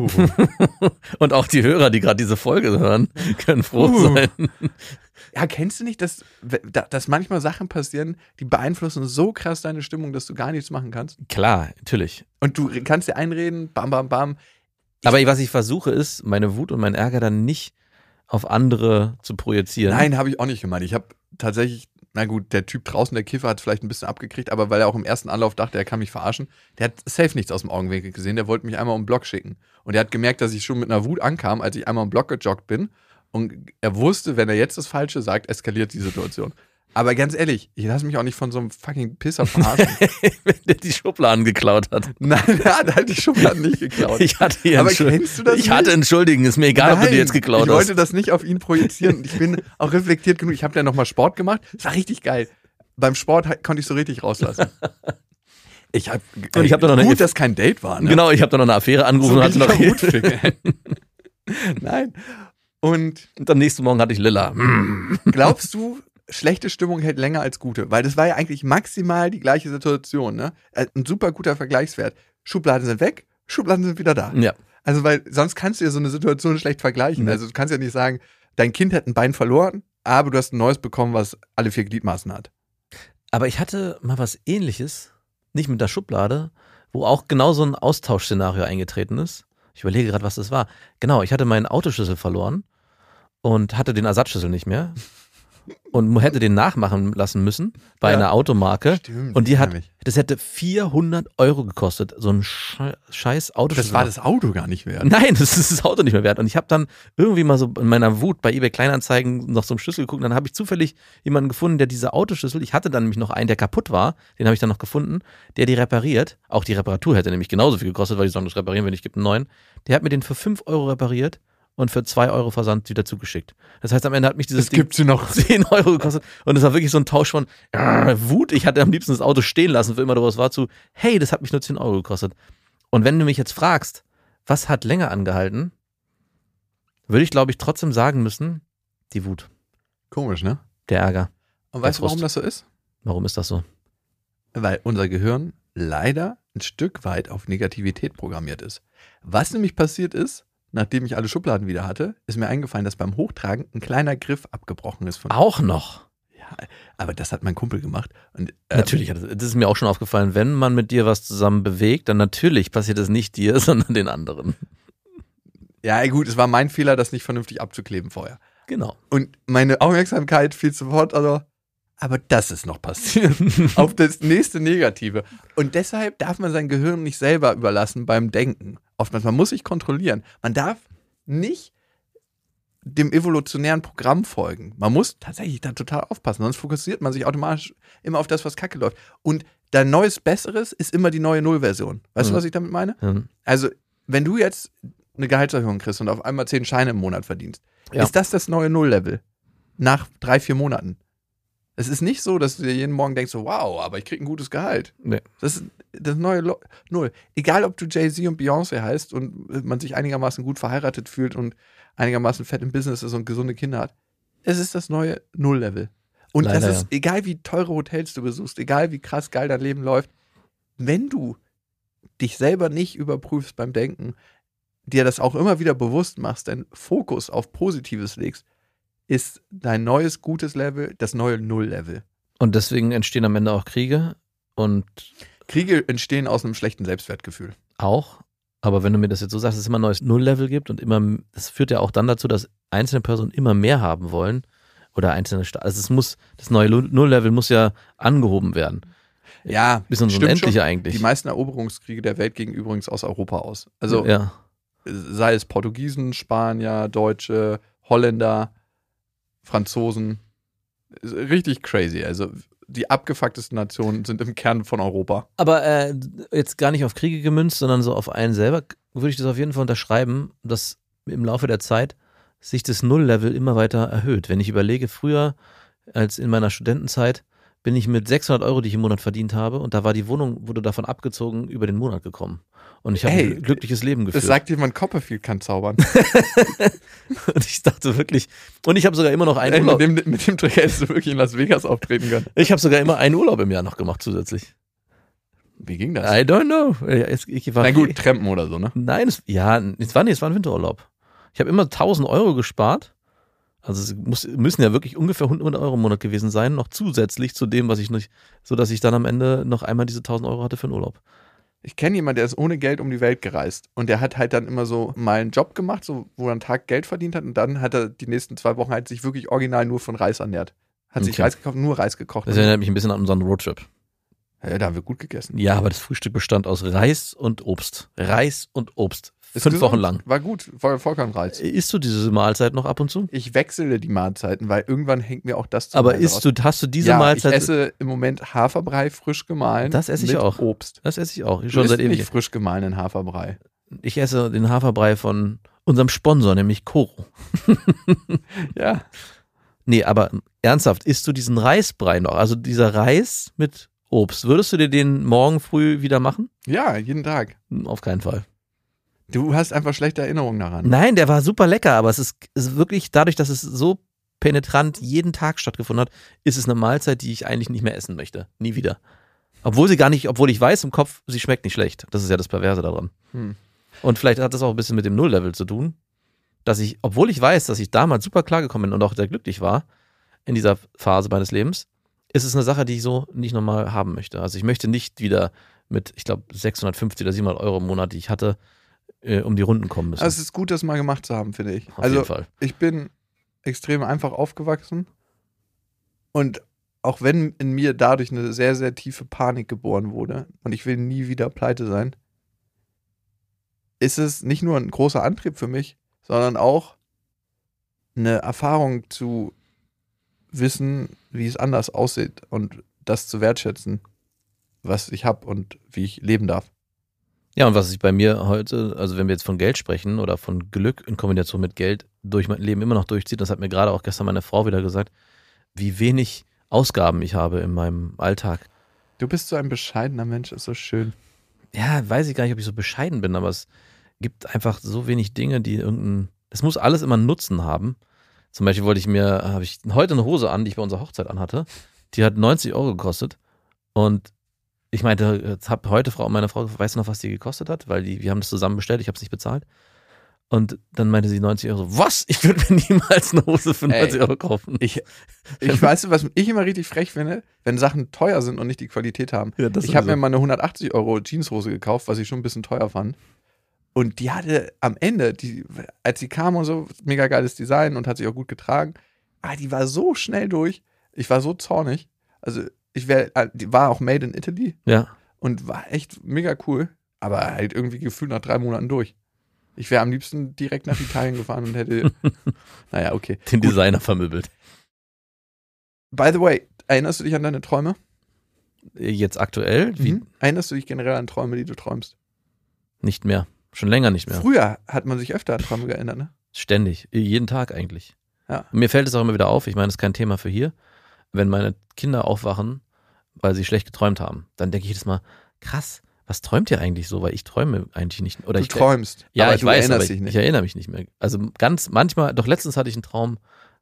Und auch die Hörer, die gerade diese Folge hören, können froh sein. Ja, kennst du nicht, dass manchmal Sachen passieren, die beeinflussen so krass deine Stimmung, dass du gar nichts machen kannst? Klar, natürlich. Und du kannst dir einreden, bam, bam, bam. Aber was ich versuche ist, meine Wut und mein Ärger dann nicht auf andere zu projizieren. Nein, habe ich auch nicht gemeint. Ich habe tatsächlich, na gut, der Typ draußen, der Kiffer, hat es vielleicht ein bisschen abgekriegt, aber weil er auch im ersten Anlauf dachte, er kann mich verarschen, der hat safe nichts aus dem Augenwinkel gesehen, der wollte mich einmal um den Block schicken. Und er hat gemerkt, dass ich schon mit einer Wut ankam, als ich einmal um den Block gejoggt bin. Und er wusste, wenn er jetzt das Falsche sagt, eskaliert die Situation. Aber ganz ehrlich, ich lasse mich auch nicht von so einem fucking Pisser verarschen. Wenn der die Schubladen geklaut hat. Nein, er hat halt die Schubladen nicht geklaut. Aber kennst du das Ich hatte entschuldigen, ist mir egal, ob du die jetzt geklaut hast. Ich wollte das nicht auf ihn projizieren. Ich bin auch reflektiert genug. Ich habe dann nochmal Sport gemacht. Das war richtig geil. Beim Sport konnte ich so richtig rauslassen. Ich habe dann noch gut, dass kein Date war. Ne? Genau, ich habe dann noch eine Affäre angerufen und hatte noch Nein. Und am nächsten Morgen hatte ich Lilla. Glaubst du, schlechte Stimmung hält länger als gute? Weil das war ja eigentlich maximal die gleiche Situation. Ne? Ein super guter Vergleichswert. Schubladen sind weg, Schubladen sind wieder da. Ja. Also, weil sonst kannst du ja so eine Situation schlecht vergleichen. Also, du kannst ja nicht sagen, dein Kind hat ein Bein verloren, aber du hast ein neues bekommen, was alle 4 Gliedmaßen hat. Aber ich hatte mal was Ähnliches, nicht mit der Schublade, wo auch genau so ein Austauschszenario eingetreten ist. Ich überlege gerade, was das war. Genau, ich hatte meinen Autoschlüssel verloren und hatte den Ersatzschlüssel nicht mehr. und hätte den nachmachen lassen müssen bei einer Automarke. Stimmt, Und nämlich. das hätte 400 € gekostet. So ein scheiß Autoschlüssel. Das war das Auto gar nicht wert. Nein, das ist das Auto nicht mehr wert. Und ich habe dann irgendwie mal so in meiner Wut bei eBay Kleinanzeigen nach so einem Schlüssel geguckt. Und dann habe ich zufällig jemanden gefunden, der diese Autoschlüssel, ich hatte dann nämlich noch einen, der kaputt war, den habe ich dann noch gefunden, der die repariert. Auch die Reparatur hätte nämlich genauso viel gekostet, weil die sagen, das reparieren wir nicht, gibt einen neuen. Der hat mir den für 5 € repariert und für 2 € Versand wieder zugeschickt. Das heißt, am Ende hat mich dieses Das gibt sie noch. 10 € gekostet. Und es war wirklich so ein Tausch von Wut. Ich hatte am liebsten das Auto stehen lassen, für immer, aber es war zu, hey, das hat mich nur 10 € gekostet. Und wenn du mich jetzt fragst, was hat länger angehalten, würde ich, glaube ich, trotzdem sagen müssen, die Wut, Komisch, ne? der Ärger. Und weißt du, Frust. warum das so ist? Warum ist das so? Weil unser Gehirn leider ein Stück weit auf Negativität programmiert ist. Was nämlich passiert ist, nachdem ich alle Schubladen wieder hatte, ist mir eingefallen, dass beim Hochtragen ein kleiner Griff abgebrochen ist. Auch noch. Ja, aber das hat mein Kumpel gemacht. Und, Natürlich, das ist mir auch schon aufgefallen, wenn man mit dir was zusammen bewegt, dann natürlich passiert es nicht dir, sondern den anderen. Ja, gut, es war mein Fehler, das nicht vernünftig abzukleben vorher. Genau. Und meine Aufmerksamkeit fiel sofort, also, aber das ist noch passiert. Auf das nächste Negative. Und deshalb darf man sein Gehirn nicht selber überlassen beim Denken. Oftmals, man muss sich kontrollieren. Man darf nicht dem evolutionären Programm folgen. Man muss tatsächlich da total aufpassen, sonst fokussiert man sich automatisch immer auf das, was kacke läuft. Und dein neues Besseres ist immer die neue Nullversion. Weißt du, was ich damit meine? Also, wenn du jetzt eine Gehaltserhöhung kriegst und auf einmal 10 Scheine im Monat verdienst, ist das neue Nulllevel nach 3-4 Monaten. Es ist nicht so, dass du dir jeden Morgen denkst, so, wow, aber ich krieg ein gutes Gehalt. Nee. Das ist das neue Null. Egal, ob du Jay-Z und Beyoncé heißt und man sich einigermaßen gut verheiratet fühlt und einigermaßen fett im Business ist und gesunde Kinder hat. Es ist das neue Nulllevel. Und Leider, das ist, egal wie teure Hotels du besuchst, egal wie krass geil dein Leben läuft, wenn du dich selber nicht überprüfst beim Denken, dir das auch immer wieder bewusst machst, deinen Fokus auf Positives legst, ist dein neues gutes Level das neue Null-Level. Und deswegen entstehen am Ende auch Kriege und Kriege entstehen aus einem schlechten Selbstwertgefühl. auch, aber wenn du mir das jetzt so sagst, dass es immer ein neues Nulllevel gibt und immer, das führt ja auch dann dazu, dass einzelne Personen immer mehr haben wollen oder einzelne also es muss, das neue Nulllevel muss ja angehoben werden. Ja, Bis ins stimmt Unendliche schon. eigentlich. Die meisten Eroberungskriege der Welt gingen übrigens aus Europa aus. Also ja. sei es Portugiesen, Spanier, Deutsche, Holländer, Franzosen. Ist richtig crazy. Also die abgefucktesten Nationen sind im Kern von Europa. Aber jetzt gar nicht auf Kriege gemünzt, sondern so auf einen selber, würde ich das auf jeden Fall unterschreiben, dass im Laufe der Zeit sich das Nulllevel immer weiter erhöht. Wenn ich überlege, früher als in meiner Studentenzeit bin ich mit 600 €, die ich im Monat verdient habe, und da war die Wohnung, wurde davon abgezogen, über den Monat gekommen. Und ich habe ein glückliches Leben geführt. Das sagt jemand, Copperfield kann zaubern. Und ich dachte wirklich, und ich habe sogar immer noch einen Urlaub. Mit dem Trick hättest du wirklich in Las Vegas auftreten können. Ich habe sogar immer einen Urlaub im Jahr noch gemacht zusätzlich. Wie ging das? I don't know. Ich war Na gut, Trampen oder so, ne? Nein, es war ein Winterurlaub. Ich habe immer 1.000 € gespart. Also es müssen ja wirklich ungefähr 100 € im Monat gewesen sein, noch zusätzlich zu dem, was ich nicht, so dass ich dann am Ende noch einmal diese 1.000 € hatte für einen Urlaub. Ich kenne jemanden, der ist ohne Geld um die Welt gereist. Und der hat halt dann immer so mal einen Job gemacht, so, wo er einen Tag Geld verdient hat. Und dann hat er die nächsten 2 Wochen halt sich wirklich original nur von Reis ernährt. Hat sich Okay. Reis gekauft, nur Reis gekocht. Das erinnert mich ein bisschen an unseren Roadtrip. Ja, da haben wir gut gegessen. Ja, aber das Frühstück bestand aus Reis und Obst. Reis und Obst. Ist 5 gesund. Wochen lang. War gut, Vollkornreis. Isst du diese Mahlzeit noch ab und zu? Ich wechsle die Mahlzeiten, weil irgendwann hängt mir auch das zu Aber Hause raus. hast du diese Ja, Mahlzeit? ich esse im Moment Haferbrei frisch gemahlen. Das esse ich mit auch. Obst. Das esse ich auch. Du Schon isst seit nicht ewig. frisch gemahlenen Haferbrei. Ich esse den Haferbrei von unserem Sponsor, nämlich Koro. Ja. Nee, aber ernsthaft, isst du diesen Reisbrei noch? Also dieser Reis mit Obst. Würdest du dir den morgen früh wieder machen? Ja, jeden Tag. Auf keinen Fall. Du hast einfach schlechte Erinnerungen daran. Nein, der war super lecker, aber es ist wirklich, dadurch, dass es so penetrant jeden Tag stattgefunden hat, ist es eine Mahlzeit, die ich eigentlich nicht mehr essen möchte. Nie wieder. Obwohl ich weiß im Kopf, sie schmeckt nicht schlecht. Das ist ja das Perverse daran. Und vielleicht hat das auch ein bisschen mit dem Nulllevel zu tun, dass ich, obwohl ich weiß, dass ich damals super klargekommen bin und auch sehr glücklich war in dieser Phase meines Lebens, ist es eine Sache, die ich so nicht nochmal haben möchte. Also ich möchte nicht wieder mit, ich glaube, 650 oder 700 € im Monat, die ich hatte, um die Runden kommen müssen. Also es ist gut, das mal gemacht zu haben, finde ich. Auf jeden Fall. Ich bin extrem einfach aufgewachsen Und auch wenn in mir dadurch eine sehr, sehr tiefe Panik geboren wurde und ich will nie wieder pleite sein, ist es nicht nur ein großer Antrieb für mich, sondern auch eine Erfahrung zu wissen, wie es anders aussieht und das zu wertschätzen, was ich habe und wie ich leben darf. Ja, und was sich bei mir heute, also wenn wir jetzt von Geld sprechen oder von Glück in Kombination mit Geld durch mein Leben immer noch durchzieht, das hat mir gerade auch gestern meine Frau wieder gesagt, wie wenig Ausgaben ich habe in meinem Alltag. Du bist so ein bescheidener Mensch, ist so schön. Ja, weiß ich gar nicht, ob ich so bescheiden bin, aber es gibt einfach so wenig Dinge, die es muss alles immer einen Nutzen haben. Zum Beispiel habe ich heute eine Hose an, die ich bei unserer Hochzeit anhatte. Die hat 90 € gekostet und ich meinte, jetzt habe heute meine Frau, weißt du noch, was die gekostet hat? Weil wir haben das zusammen bestellt, ich habe es nicht bezahlt. Und dann meinte sie 90 €. So, was? Ich würde mir niemals eine Hose für 90 € kaufen. Ich weiß, was ich immer richtig frech finde, wenn Sachen teuer sind und nicht die Qualität haben. Ja, ich habe mir mal eine 180 € Jeanshose gekauft, was ich schon ein bisschen teuer fand. Und die hatte am Ende, als sie kam und so, mega geiles Design und hat sich auch gut getragen, die war so schnell durch. Ich war so zornig. Also die war auch made in Italy. Ja. Und war echt mega cool. Aber halt irgendwie gefühlt nach 3 Monaten durch. Ich wäre am liebsten direkt nach Italien gefahren und hätte, naja, okay. Den Designer vermöbelt. By the way, erinnerst du dich an deine Träume? Jetzt aktuell? Wie? Erinnerst du dich generell an Träume, die du träumst? Nicht mehr. Schon länger nicht mehr. Früher hat man sich öfter an Träume geändert, ne? Ständig. Jeden Tag eigentlich. Ja. Und mir fällt es auch immer wieder auf, ich meine, das ist kein Thema für hier, wenn meine Kinder aufwachen, weil sie schlecht geträumt haben, dann denke ich jedes Mal, krass, was träumt ihr eigentlich so? Weil ich träume eigentlich nicht. Oder du träumst, ja, aber ich du weiß, erinnerst aber dich nicht. Ich erinnere mich nicht mehr. Also manchmal, doch letztens hatte ich einen Traum,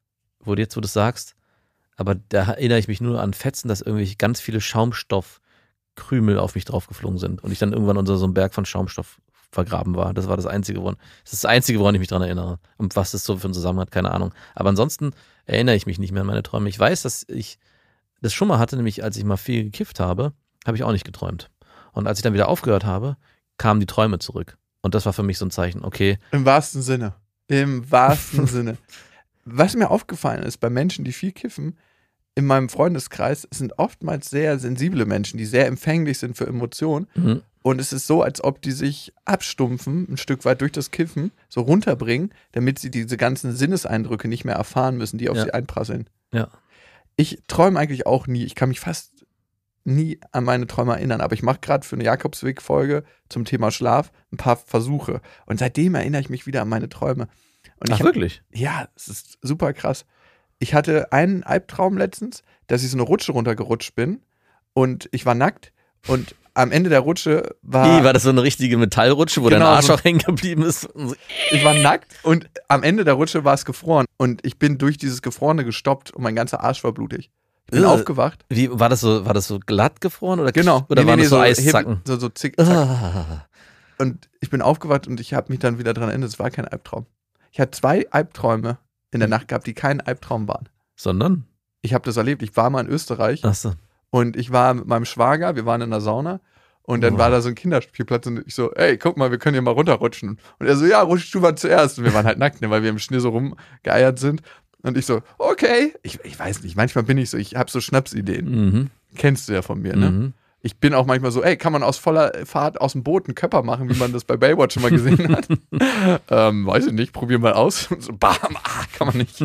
wo du das sagst, aber da erinnere ich mich nur an Fetzen, dass irgendwie ganz viele Schaumstoffkrümel auf mich draufgeflogen sind und ich dann irgendwann unter so einem Berg von Schaumstoff vergraben war. Das war das Einzige, woran ich mich dran erinnere. Und was das so für einen Zusammenhang hat, keine Ahnung. Aber ansonsten erinnere ich mich nicht mehr an meine Träume. Ich weiß, dass ich das schon mal hatte, nämlich als ich mal viel gekifft habe, habe ich auch nicht geträumt. Und als ich dann wieder aufgehört habe, kamen die Träume zurück. Und das war für mich so ein Zeichen, okay. Im wahrsten Sinne. Im wahrsten Sinne. Was mir aufgefallen ist, bei Menschen, die viel kiffen, in meinem Freundeskreis, sind oftmals sehr sensible Menschen, die sehr empfänglich sind für Emotionen. Mhm. Und es ist so, als ob die sich abstumpfen, ein Stück weit durch das Kiffen, so runterbringen, damit sie diese ganzen Sinneseindrücke nicht mehr erfahren müssen, die auf sie einprasseln. Ja. Ich träume eigentlich auch nie. Ich kann mich fast nie an meine Träume erinnern, aber ich mache gerade für eine Jakobsweg-Folge zum Thema Schlaf ein paar Versuche. Und seitdem erinnere ich mich wieder an meine Träume. Und Wirklich? Ja, es ist super krass. Ich hatte einen Albtraum letztens, dass ich so eine Rutsche runtergerutscht bin und ich war nackt und am Ende der Rutsche war das so eine richtige Metallrutsche, wo dein Arsch auch hängen geblieben ist? Ich war nackt und am Ende der Rutsche war es gefroren und ich bin durch dieses Gefrorene gestoppt und mein ganzer Arsch war blutig. Ich bin aufgewacht. Wie, war das so glatt gefroren? Oder genau. Oder waren das so Eiszacken? So zick-zack. Und ich bin aufgewacht und ich habe mich dann wieder dran erinnert, es war kein Albtraum. Ich hatte 2 Albträume in der Nacht gehabt, die kein Albtraum waren. Sondern? Ich habe das erlebt. Ich war mal in Österreich. Ach so. Und ich war mit meinem Schwager, wir waren in der Sauna und dann war da so ein Kinderspielplatz und ich so, ey, guck mal, wir können hier mal runterrutschen. Und er so, ja, rutsch du mal zuerst. Und wir waren halt nackt, ne, weil wir im Schnee so rumgeeiert sind. Und ich so, okay. Ich weiß nicht, manchmal bin ich so, ich habe so Schnapsideen. Mhm. Kennst du ja von mir, ne? Mhm. Ich bin auch manchmal so, ey, kann man aus voller Fahrt aus dem Boot einen Körper machen, wie man das bei Baywatch schon mal gesehen hat? Weiß ich nicht, probier mal aus. Und so, bam, kann man nicht.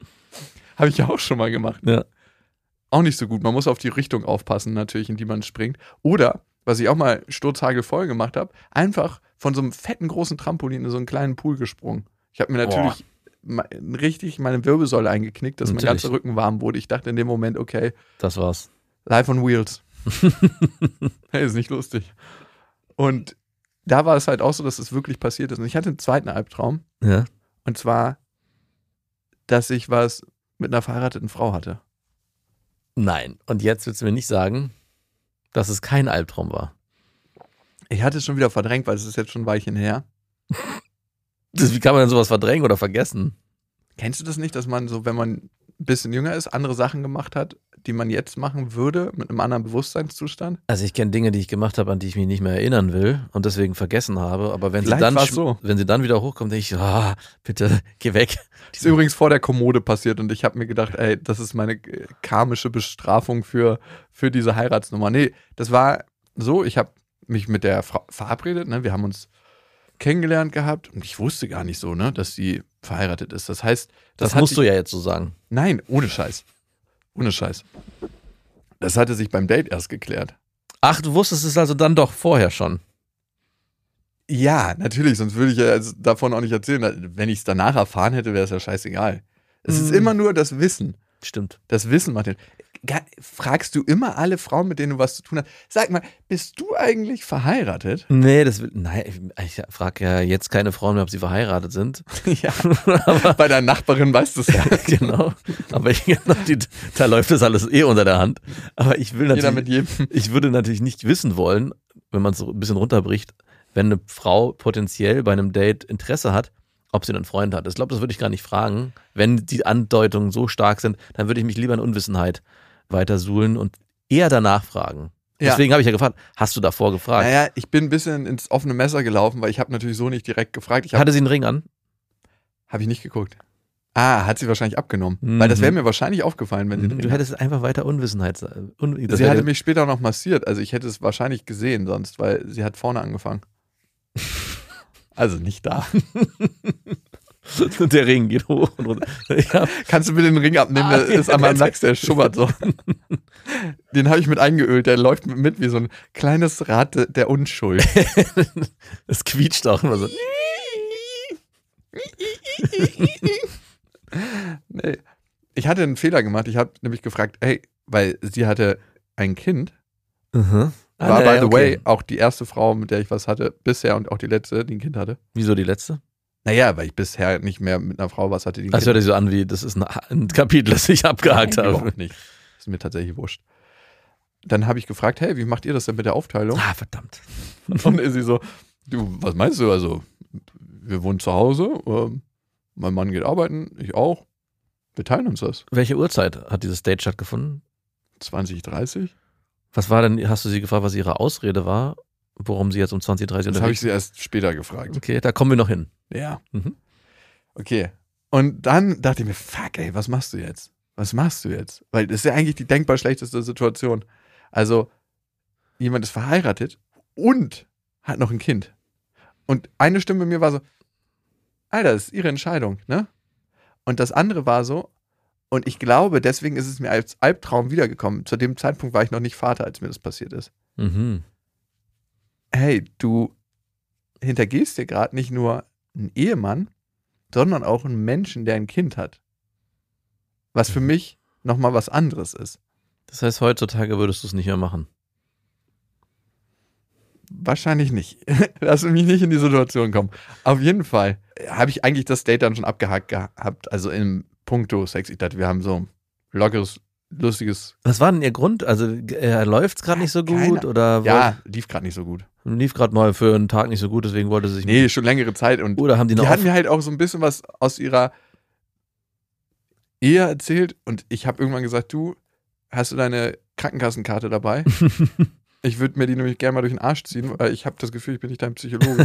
Habe ich ja auch schon mal gemacht. Ja. Auch nicht so gut. Man muss auf die Richtung aufpassen, natürlich, in die man springt. Oder, was ich auch mal sturzhagelvoll gemacht habe, einfach von so einem fetten großen Trampolin in so einen kleinen Pool gesprungen. Ich habe mir natürlich richtig meine Wirbelsäule eingeknickt, dass mein ganzer Rücken warm wurde. Ich dachte in dem Moment, okay, das war's. Life on Wheels. Hey, ist nicht lustig. Und da war es halt auch so, dass es wirklich passiert ist. Und ich hatte einen zweiten Albtraum. Ja. Und zwar, dass ich was mit einer verheirateten Frau hatte. Nein. Und jetzt willst du mir nicht sagen, dass es kein Albtraum war. Ich hatte es schon wieder verdrängt, weil es ist jetzt schon ein Weilchen her. Wie kann man denn sowas verdrängen oder vergessen? Kennst du das nicht, dass man so, wenn man ein bisschen jünger ist, andere Sachen gemacht hat, die man jetzt machen würde, mit einem anderen Bewusstseinszustand? Also ich kenne Dinge, die ich gemacht habe, an die ich mich nicht mehr erinnern will und deswegen vergessen habe. Aber wenn sie Vielleicht dann, war's so. wenn sie dann wieder hochkommt, denke ich, bitte, geh weg. Das ist übrigens vor der Kommode passiert und ich habe mir gedacht, ey, das ist meine karmische Bestrafung für diese Heiratsnummer. Nee, das war so, ich habe mich mit der Frau verabredet, ne? Wir haben uns kennengelernt gehabt und ich wusste gar nicht so, ne, dass sie verheiratet ist. Das heißt, Das musst du ja jetzt so sagen. Nein, ohne Scheiß. Ohne Scheiß. Das hatte sich beim Date erst geklärt. Ach, du wusstest es also dann doch vorher schon. Ja, natürlich, sonst würde ich ja davon auch nicht erzählen. Wenn ich es danach erfahren hätte, wäre es ja scheißegal. Es ist immer nur das Wissen. Stimmt. Das Wissen macht den. Fragst du immer alle Frauen, mit denen du was zu tun hast? Sag mal, bist du eigentlich verheiratet? Nee, ich frage ja jetzt keine Frauen mehr, ob sie verheiratet sind. Ja, bei deiner Nachbarin weißt du es ja. Genau. Aber da läuft das alles unter der Hand. Aber ich will Jeder mit natürlich, jedem. ich würde natürlich nicht wissen wollen, wenn man es so ein bisschen runterbricht, wenn eine Frau potenziell bei einem Date Interesse hat, ob sie einen Freund hat. Ich glaube, das würde ich gar nicht fragen. Wenn die Andeutungen so stark sind, dann würde ich mich lieber in Unwissenheit weiter suhlen und eher danach fragen. Ja. Deswegen habe ich ja gefragt, hast du davor gefragt? Naja, ich bin ein bisschen ins offene Messer gelaufen, weil ich habe natürlich so nicht direkt gefragt. Hatte sie einen Ring an? Habe ich nicht geguckt. Hat sie wahrscheinlich abgenommen. Weil das wäre mir wahrscheinlich aufgefallen, wenn sie den Du Ring hättest einfach weiter Unwissenheit. Sie hatte mich später noch massiert, also ich hätte es wahrscheinlich gesehen sonst, weil sie hat vorne angefangen. Also nicht da. Und der Ring geht hoch und runter. Ja. Kannst du mir den Ring abnehmen? Der ist an meinem Lachs, der schubbert so. Den habe ich mit eingeölt, der läuft mit wie so ein kleines Rad der Unschuld. Das quietscht auch immer so. Nee. Ich hatte einen Fehler gemacht, ich habe nämlich gefragt, hey, weil sie hatte ein Kind, war by the way auch die erste Frau, mit der ich was hatte, bisher und auch die letzte, die ein Kind hatte. Wieso die letzte? Naja, weil ich bisher nicht mehr mit einer Frau was hatte, die ein Das Kind hört sich so an wie, das ist ein Kapitel, das ich abgehakt Nein, habe. überhaupt nicht. Ist mir tatsächlich wurscht. Dann habe ich gefragt, hey, wie macht ihr das denn mit der Aufteilung? Verdammt. Und sie so, du, was meinst du? Also, wir wohnen zu Hause, mein Mann geht arbeiten, ich auch. Wir teilen uns das. Welche Uhrzeit hat dieses Date stattgefunden? 20:30? Was war denn, hast du sie gefragt, was ihre Ausrede war, warum sie jetzt um 20:30 Das habe ich sie erst später gefragt. Okay, da kommen wir noch hin. Ja. Mhm. Okay. Und dann dachte ich mir, fuck ey, was machst du jetzt? Was machst du jetzt? Weil das ist ja eigentlich die denkbar schlechteste Situation. Also, jemand ist verheiratet und hat noch ein Kind. Und eine Stimme in mir war so, Alter, das ist ihre Entscheidung, ne? Und das andere war so, und ich glaube, deswegen ist es mir als Albtraum wiedergekommen. Zu dem Zeitpunkt war ich noch nicht Vater, als mir das passiert ist. Mhm. Hey, du hintergehst dir gerade nicht nur einen Ehemann, sondern auch einen Menschen, der ein Kind hat. Was für mich nochmal was anderes ist. Das heißt, heutzutage würdest du es nicht mehr machen. Wahrscheinlich nicht. Lass mich nicht in die Situation kommen. Auf jeden Fall habe ich eigentlich das Date dann schon abgehakt gehabt. Also im Puncto Sex. Ich dachte, wir haben so ein lockeres, lustiges. Was war denn ihr Grund? Also läuft es gerade nicht so gut? Oder ja, lief gerade nicht so gut. Lief gerade mal für einen Tag nicht so gut, deswegen wollte sie sich. Nee, schon längere Zeit. Und oder haben die noch. Die hatten mir halt auch so ein bisschen was aus ihrer Ehe erzählt. Und ich habe irgendwann gesagt, du, hast du deine Krankenkassenkarte dabei? Ich würde mir die nämlich gerne mal durch den Arsch ziehen, weil ich habe das Gefühl, ich bin nicht dein Psychologe.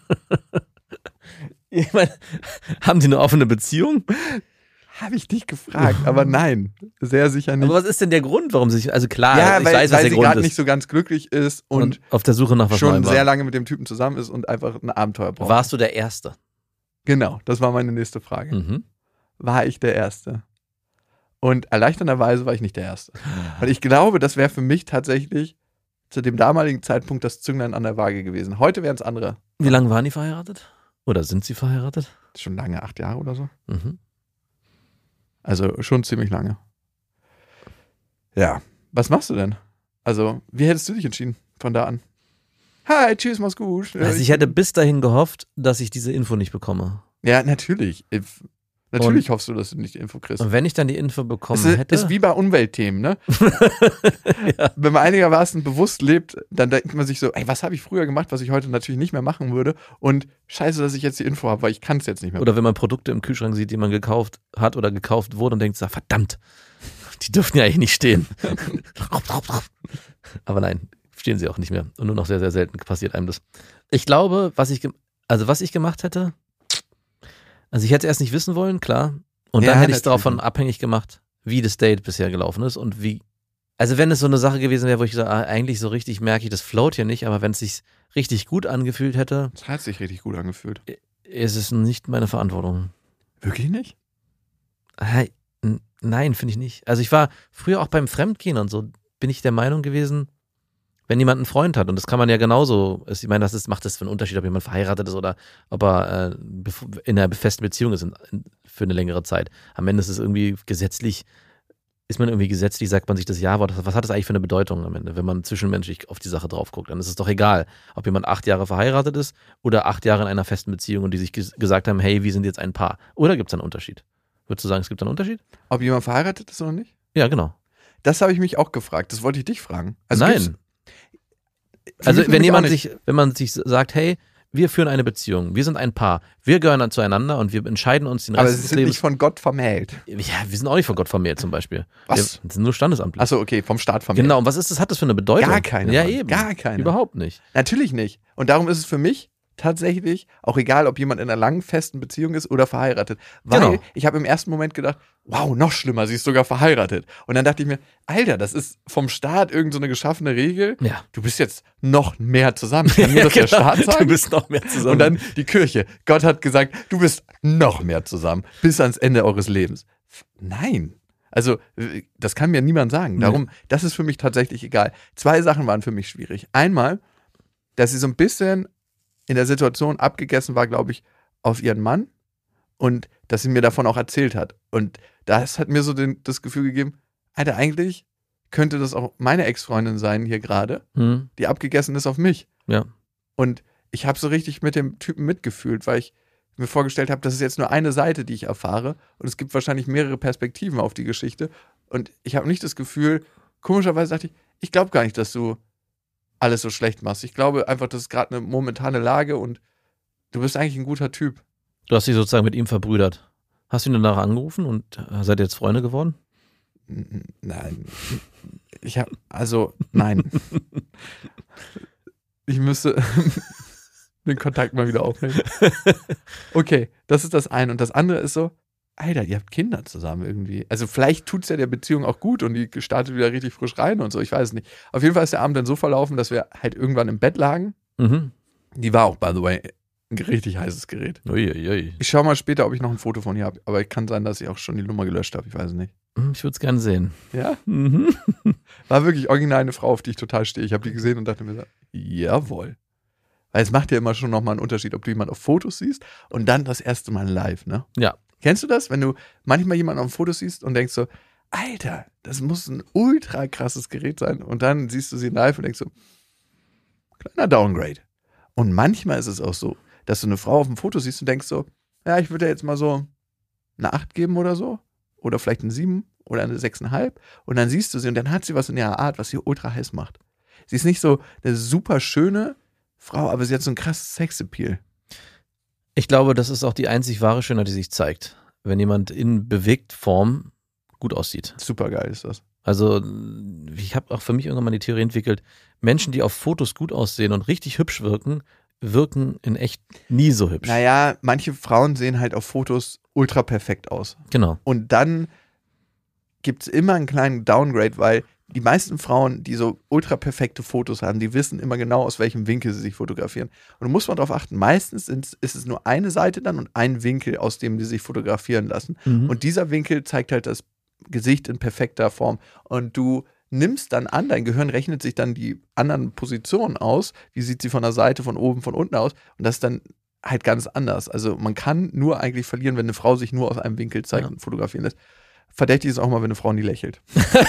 Ich meine, haben die eine offene Beziehung? Habe ich dich gefragt, aber nein, sehr sicher nicht. Aber was ist denn der Grund, warum sie sich, also klar, ja, ich weil, weiß, was weil der sie Grund gerade ist. nicht so ganz glücklich ist und auf der Suche nach was schon Neuem war. sehr lange mit dem Typen zusammen ist und einfach ein Abenteuer braucht. Warst du der Erste? Genau, das war meine nächste Frage. Mhm. War ich der Erste? Und erleichternderweise war ich nicht der Erste. Weil ich glaube, das wäre für mich tatsächlich zu dem damaligen Zeitpunkt das Zünglein an der Waage gewesen. Heute wären es andere. Wie lange waren die verheiratet? Oder sind sie verheiratet? Schon lange, 8 Jahre oder so. Mhm. Also schon ziemlich lange. Ja, was machst du denn? Also, wie hättest du dich entschieden von da an? Hi, tschüss, mach's gut. Also ich hätte bis dahin gehofft, dass ich diese Info nicht bekomme. Ja, natürlich. Natürlich hoffst du, dass du nicht die Info kriegst. Und wenn ich dann die Info bekommen Es hätte. ist wie bei Umweltthemen, ne? Wenn man einigermaßen bewusst lebt, dann denkt man sich so, ey, was habe ich früher gemacht, was ich heute natürlich nicht mehr machen würde und scheiße, dass ich jetzt die Info habe, weil ich kann es jetzt nicht mehr. Oder wenn man Produkte im Kühlschrank sieht, die man gekauft hat oder gekauft wurde und denkt, so, verdammt, die dürften ja eigentlich nicht stehen. Aber nein, stehen sie auch nicht mehr. Und nur noch sehr, sehr selten passiert einem das. Ich glaube, was ich gemacht hätte, also ich hätte es erst nicht wissen wollen, klar. Und Ja, dann hätte ich es natürlich. davon abhängig gemacht, wie das Date bisher gelaufen ist und wie. Also wenn es so eine Sache gewesen wäre, wo ich sage, eigentlich so richtig merke ich, das float hier nicht, aber wenn es sich richtig gut angefühlt hätte, Das hat sich richtig gut angefühlt. ist es nicht meine Verantwortung. Wirklich nicht? Hey, nein, finde ich nicht. Also ich war früher auch beim Fremdgehen und so, bin ich der Meinung gewesen, wenn jemand einen Freund hat, und das kann man ja genauso, ich meine, macht das für einen Unterschied, ob jemand verheiratet ist oder ob er in einer festen Beziehung ist für eine längere Zeit. Am Ende ist es irgendwie gesetzlich, sagt man sich das Ja-Wort, was hat das eigentlich für eine Bedeutung am Ende, wenn man zwischenmenschlich auf die Sache drauf guckt? Dann ist es doch egal, ob jemand 8 Jahre verheiratet ist oder 8 Jahre in einer festen Beziehung und die sich gesagt haben, hey, wir sind jetzt ein Paar. Oder gibt es einen Unterschied? Würdest du sagen, es gibt einen Unterschied? Ob jemand verheiratet ist oder nicht? Ja, genau. Das habe ich mich auch gefragt. Das wollte ich dich fragen. Nein. Also wenn man sich sagt, hey, wir führen eine Beziehung, wir sind ein Paar, wir gehören dann zueinander und wir entscheiden uns den Aber Rest sie des sind Lebens. nicht von Gott vermählt. Ja, wir sind auch nicht von Gott vermählt zum Beispiel. Was? Wir sind nur standesamtlich. Achso, okay, vom Staat vermählt. Genau, und was ist das? Hat das für eine Bedeutung? Gar keine. Ja, Mann. eben. Gar keine. Überhaupt nicht. Natürlich nicht. Und darum ist es für mich tatsächlich auch egal, ob jemand in einer langen, festen Beziehung ist oder verheiratet. Weil Genau. ich habe im ersten Moment gedacht, wow, noch schlimmer, sie ist sogar verheiratet. Und dann dachte ich mir, Alter, das ist vom Staat irgend so eine geschaffene Regel. Ja. Du bist jetzt noch mehr zusammen. Kann mir das der Staat sagen? Du bist noch mehr zusammen. Und dann die Kirche. Gott hat gesagt, du bist noch mehr zusammen bis ans Ende eures Lebens. Nein. Also, das kann mir niemand sagen. Darum, das ist für mich tatsächlich egal. 2 Sachen waren für mich schwierig. Einmal, dass sie so ein bisschen in der Situation abgegessen war, glaube ich, auf ihren Mann und dass sie mir davon auch erzählt hat. Und das hat mir so das Gefühl gegeben, Alter, eigentlich könnte das auch meine Ex-Freundin sein hier gerade, die abgegessen ist auf mich. Ja. Und ich habe so richtig mit dem Typen mitgefühlt, weil ich mir vorgestellt habe, das ist jetzt nur eine Seite, die ich erfahre und es gibt wahrscheinlich mehrere Perspektiven auf die Geschichte und ich habe nicht das Gefühl, komischerweise dachte ich glaube gar nicht, dass du alles so schlecht machst. Ich glaube einfach, das ist gerade eine momentane Lage und du bist eigentlich ein guter Typ. Du hast dich sozusagen mit ihm verbrüdert. Hast du ihn danach angerufen und seid ihr jetzt Freunde geworden? Nein. Nein. Ich müsste den Kontakt mal wieder aufnehmen. Okay, das ist das eine. Und das andere ist so, Alter, ihr habt Kinder zusammen irgendwie. Also vielleicht tut es ja der Beziehung auch gut und die startet wieder richtig frisch rein und so, ich weiß es nicht. Auf jeden Fall ist der Abend dann so verlaufen, dass wir halt irgendwann im Bett lagen. Mhm. Die war auch, by the way, ein richtig heißes Gerät. Uiuiui. Ich schau mal später, ob ich noch ein Foto von ihr habe. Aber kann sein, dass ich auch schon die Nummer gelöscht habe. Ich weiß es nicht. Ich würde es gerne sehen. Ja? Mhm. War wirklich original eine Frau, auf die ich total stehe. Ich habe die gesehen und dachte mir so, jawohl. Weil es macht ja immer schon nochmal einen Unterschied, ob du jemanden auf Fotos siehst und dann das erste Mal live, ne? Ja. Kennst du das? Wenn du manchmal jemanden auf Fotos siehst und denkst so, Alter, das muss ein ultra krasses Gerät sein. Und dann siehst du sie live und denkst so, kleiner Downgrade. Und manchmal ist es auch so, dass du eine Frau auf dem Foto siehst und denkst so, ja, ich würde jetzt mal so eine 8 geben oder so. Oder vielleicht eine 7 oder eine 6,5. Und dann siehst du sie und dann hat sie was in ihrer Art, was sie ultra heiß macht. Sie ist nicht so eine super schöne Frau, aber sie hat so ein krasses Sexappeal. Ich glaube, das ist auch die einzig wahre Schönheit, die sich zeigt. Wenn jemand in Bewegtform gut aussieht. Super geil ist das. Also ich habe auch für mich irgendwann mal die Theorie entwickelt, Menschen, die auf Fotos gut aussehen und richtig hübsch wirken in echt nie so hübsch. Naja, manche Frauen sehen halt auf Fotos ultra perfekt aus. Genau. Und dann gibt es immer einen kleinen Downgrade, weil die meisten Frauen, die so ultra perfekte Fotos haben, die wissen immer genau, aus welchem Winkel sie sich fotografieren. Und da muss man darauf achten, meistens ist es nur eine Seite dann und ein Winkel, aus dem die sich fotografieren lassen. Mhm. Und dieser Winkel zeigt halt das Gesicht in perfekter Form. Und du nimmst dann an, dein Gehirn rechnet sich dann die anderen Positionen aus. Wie sieht sie von der Seite, von oben, von unten aus? Und das ist dann halt ganz anders. Also man kann nur eigentlich verlieren, wenn eine Frau sich nur aus einem Winkel zeigt und fotografieren lässt. Verdächtig ist auch mal, wenn eine Frau nie lächelt.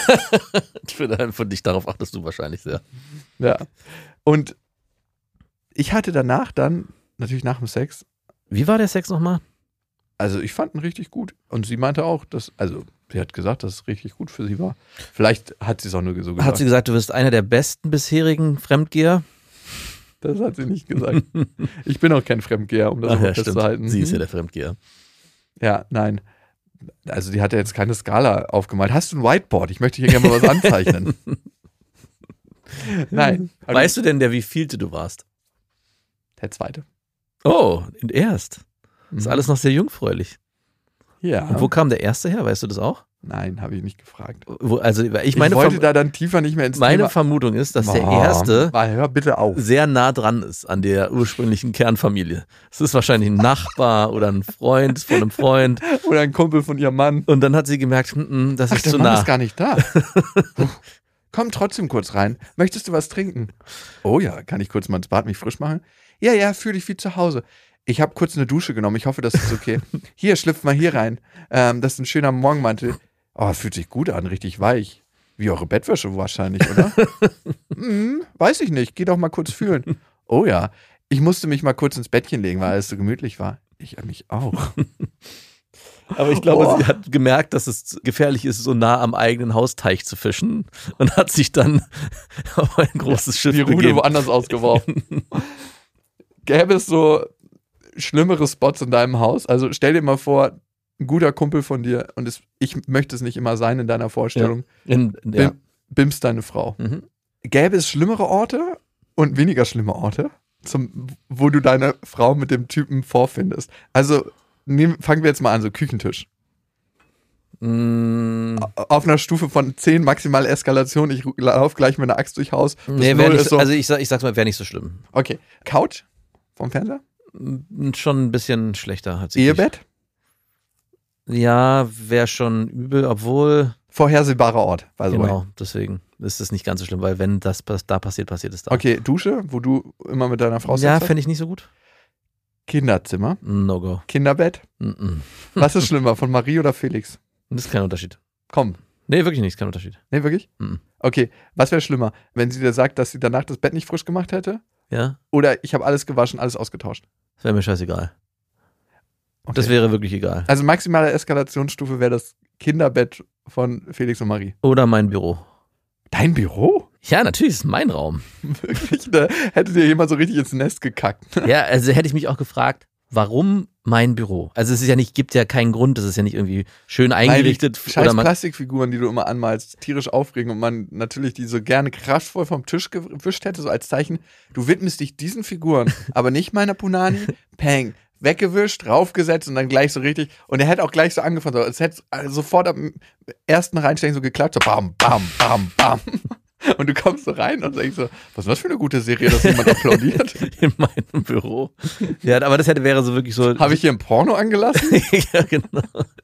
Für dich, darauf achtest du wahrscheinlich sehr. Ja. Und ich hatte danach dann, natürlich nach dem Sex, Wie war der Sex nochmal? Also ich fand ihn richtig gut. Und sie meinte auch, sie hat gesagt, dass es richtig gut für sie war. Vielleicht hat sie es auch nur so gesagt. Hat sie gesagt, du bist einer der besten bisherigen Fremdgeher? Das hat sie nicht gesagt. Ich bin auch kein Fremdgeher, um das mal festzuhalten. Sie ist ja der Fremdgeher. Ja, nein. Also die hat ja jetzt keine Skala aufgemalt. Hast du ein Whiteboard? Ich möchte hier gerne mal was anzeichnen. Nein. Weißt du denn, der wievielte du warst? Der zweite. Oh, erst. Ist alles noch sehr jungfräulich. Ja. Und wo kam der erste her? Weißt du das auch? Nein, habe ich nicht gefragt. Ich wollte da dann tiefer nicht mehr ins Thema. Meine Vermutung ist, dass der erste hör bitte auf. sehr nah dran ist an der ursprünglichen Kernfamilie. Es ist wahrscheinlich ein Nachbar oder ein Freund von einem Freund. Oder ein Kumpel von ihrem Mann. Und dann hat sie gemerkt, das ist der zu Mann nah. ist gar nicht da. Komm trotzdem kurz rein. Möchtest du was trinken? Oh ja, kann ich kurz mal ins Bad mich frisch machen? Ja, fühl dich wie zu Hause. Ich habe kurz eine Dusche genommen. Ich hoffe, das ist okay. Hier, schlüpf mal hier rein. Das ist ein schöner Morgenmantel. Oh, fühlt sich gut an, richtig weich. Wie eure Bettwäsche wahrscheinlich, oder? Weiß ich nicht. Geh doch mal kurz fühlen. Oh ja, ich musste mich mal kurz ins Bettchen legen, weil es so gemütlich war. Ich mich auch. Aber ich glaube, sie hat gemerkt, dass es gefährlich ist, so nah am eigenen Hausteich zu fischen und hat sich dann auf ein großes Schiff die Rute woanders ausgeworfen. Gäbe es so schlimmere Spots in deinem Haus? Also stell dir mal vor, ein guter Kumpel von dir und ich möchte es nicht immer sein in deiner Vorstellung. Bimst deine Frau. Gäbe es schlimmere Orte und weniger schlimme Orte, wo du deine Frau mit dem Typen vorfindest? Also fangen wir jetzt mal an, so Küchentisch. Auf einer Stufe von 10 maximal Eskalation, ich laufe gleich mit einer Axt durchs Haus. Nee, also ich sag's mal, wäre nicht so schlimm. Okay. Couch vom Fernseher? Schon ein bisschen schlechter. Hat sie Ehebett? Ja, wäre schon übel, obwohl... Vorhersehbarer Ort. Genau, deswegen ist es nicht ganz so schlimm, weil wenn das da passiert es da. Okay, Dusche, wo du immer mit deiner Frau sitzt? Ja, fände ich nicht so gut. Kinderzimmer? No go. Kinderbett? Was ist schlimmer, von Marie oder Felix? Das ist kein Unterschied. Komm. Nee, wirklich nicht, kein Unterschied. Nee, wirklich? Okay, was wäre schlimmer, wenn sie dir sagt, dass sie danach das Bett nicht frisch gemacht hätte? Ja. Oder ich habe alles gewaschen, alles ausgetauscht? Das wäre mir scheißegal. Okay. Das wäre wirklich egal. Also maximale Eskalationsstufe wäre das Kinderbett von Felix und Marie. Oder mein Büro. Dein Büro? Ja, natürlich, ist mein Raum. Wirklich? Da hätte dir jemand so richtig ins Nest gekackt. Ja, also hätte ich mich auch gefragt, warum mein Büro? Also es ist ja nicht, gibt ja keinen Grund, es ist ja nicht irgendwie schön eingerichtet. Die scheiß Plastikfiguren, die du immer anmalst, tierisch aufregen und man natürlich die so gerne kraftvoll vom Tisch gewischt hätte, so als Zeichen, du widmest dich diesen Figuren, aber nicht meiner Punani, peng. Weggewischt, raufgesetzt und dann gleich so richtig. Und er hätte auch gleich so angefangen. So, es hätte sofort am ersten Reinstechen so geklatscht, so bam, bam, bam, bam. Und du kommst so rein und denkst so, was ist das für eine gute Serie, dass jemand applaudiert? In meinem Büro. Ja, aber das wäre so wirklich so. Habe ich hier ein Porno angelassen? Ja, genau.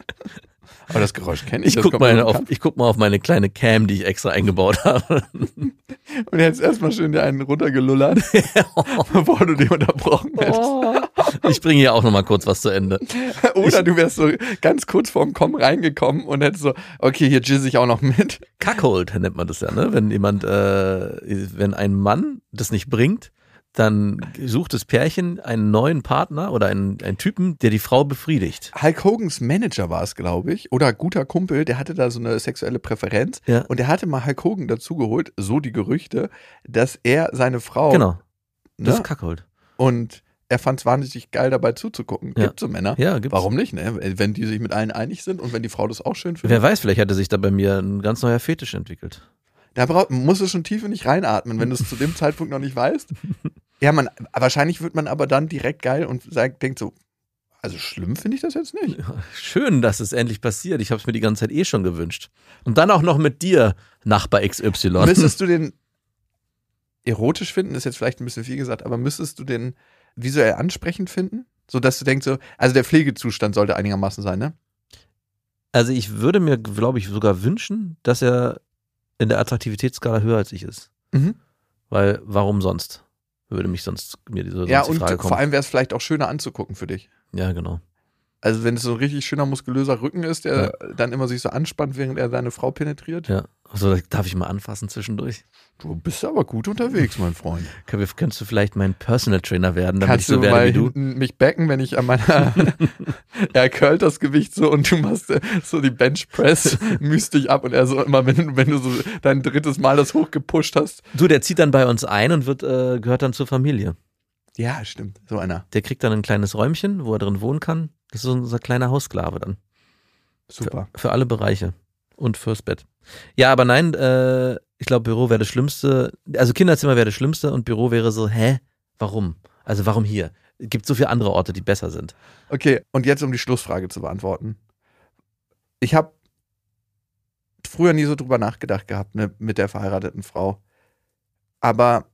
Aber das Geräusch kenne ich. Ich guck mal auf meine kleine Cam, die ich extra eingebaut habe. Und jetzt erstmal schön dir einen runtergelullert, bevor du den unterbrochen hättest. Ich bringe hier auch nochmal kurz was zu Ende. Oder du wärst so ganz kurz vorm Kommen reingekommen und hättest so, okay, hier jizz ich auch noch mit. Cuckold nennt man das ja, ne? Wenn wenn ein Mann das nicht bringt, dann sucht das Pärchen einen neuen Partner oder einen Typen, der die Frau befriedigt. Hulk Hogans Manager war es, glaube ich, oder guter Kumpel, der hatte da so eine sexuelle Präferenz und der hatte mal Hulk Hogan dazugeholt, so die Gerüchte, dass er seine Frau... Genau, das ist Cuckold. Und er fand es wahnsinnig geil, dabei zuzugucken. Gibt so Männer. Ja, gibt's. Warum nicht, ne? Wenn die sich mit allen einig sind und wenn die Frau das auch schön findet. Wer weiß, vielleicht hätte sich da bei mir ein ganz neuer Fetisch entwickelt. Da musst du schon tief in dich reinatmen, wenn du es zu dem Zeitpunkt noch nicht weißt. Ja, wahrscheinlich wird man aber dann direkt geil und denkt so, also schlimm finde ich das jetzt nicht. Ja, schön, dass es endlich passiert. Ich habe es mir die ganze Zeit schon gewünscht. Und dann auch noch mit dir, Nachbar XY. Müsstest du den erotisch finden, ist jetzt vielleicht ein bisschen viel gesagt, aber müsstest du den visuell ansprechend finden? So dass du denkst, also der Pflegezustand sollte einigermaßen sein, ne? Also ich würde mir, glaube ich, sogar wünschen, dass er in der Attraktivitätsskala höher als ich ist. Weil, warum sonst? Würde mich sonst mir die Frage kommen. Vor allem wäre es vielleicht auch schöner anzugucken für dich. Ja, genau. Also wenn es so ein richtig schöner, muskulöser Rücken ist, der dann immer sich so anspannt, während er seine Frau penetriert. Ja. Also darf ich mal anfassen zwischendurch? Du bist aber gut unterwegs, mein Freund. Könntest du vielleicht mein Personal Trainer werden, damit Kannst ich so du werde mal wie du? hinten mich backen, wenn ich an meiner er curlt das Gewicht so und du machst so die Benchpress, mühst dich ab und er so immer, wenn du so dein drittes Mal das hochgepusht hast. Du, der zieht dann bei uns ein und gehört dann zur Familie. Ja, stimmt. So einer. Der kriegt dann ein kleines Räumchen, wo er drin wohnen kann. Das ist so unser kleiner Haussklave dann. Super. Für alle Bereiche. Und fürs Bett. Ja, aber nein, ich glaube, Büro wäre das Schlimmste. Also Kinderzimmer wäre das Schlimmste und Büro wäre so, warum? Also warum hier? Es gibt so viele andere Orte, die besser sind. Okay, und jetzt um die Schlussfrage zu beantworten. Ich habe früher nie so drüber nachgedacht gehabt, ne, mit der verheirateten Frau. Aber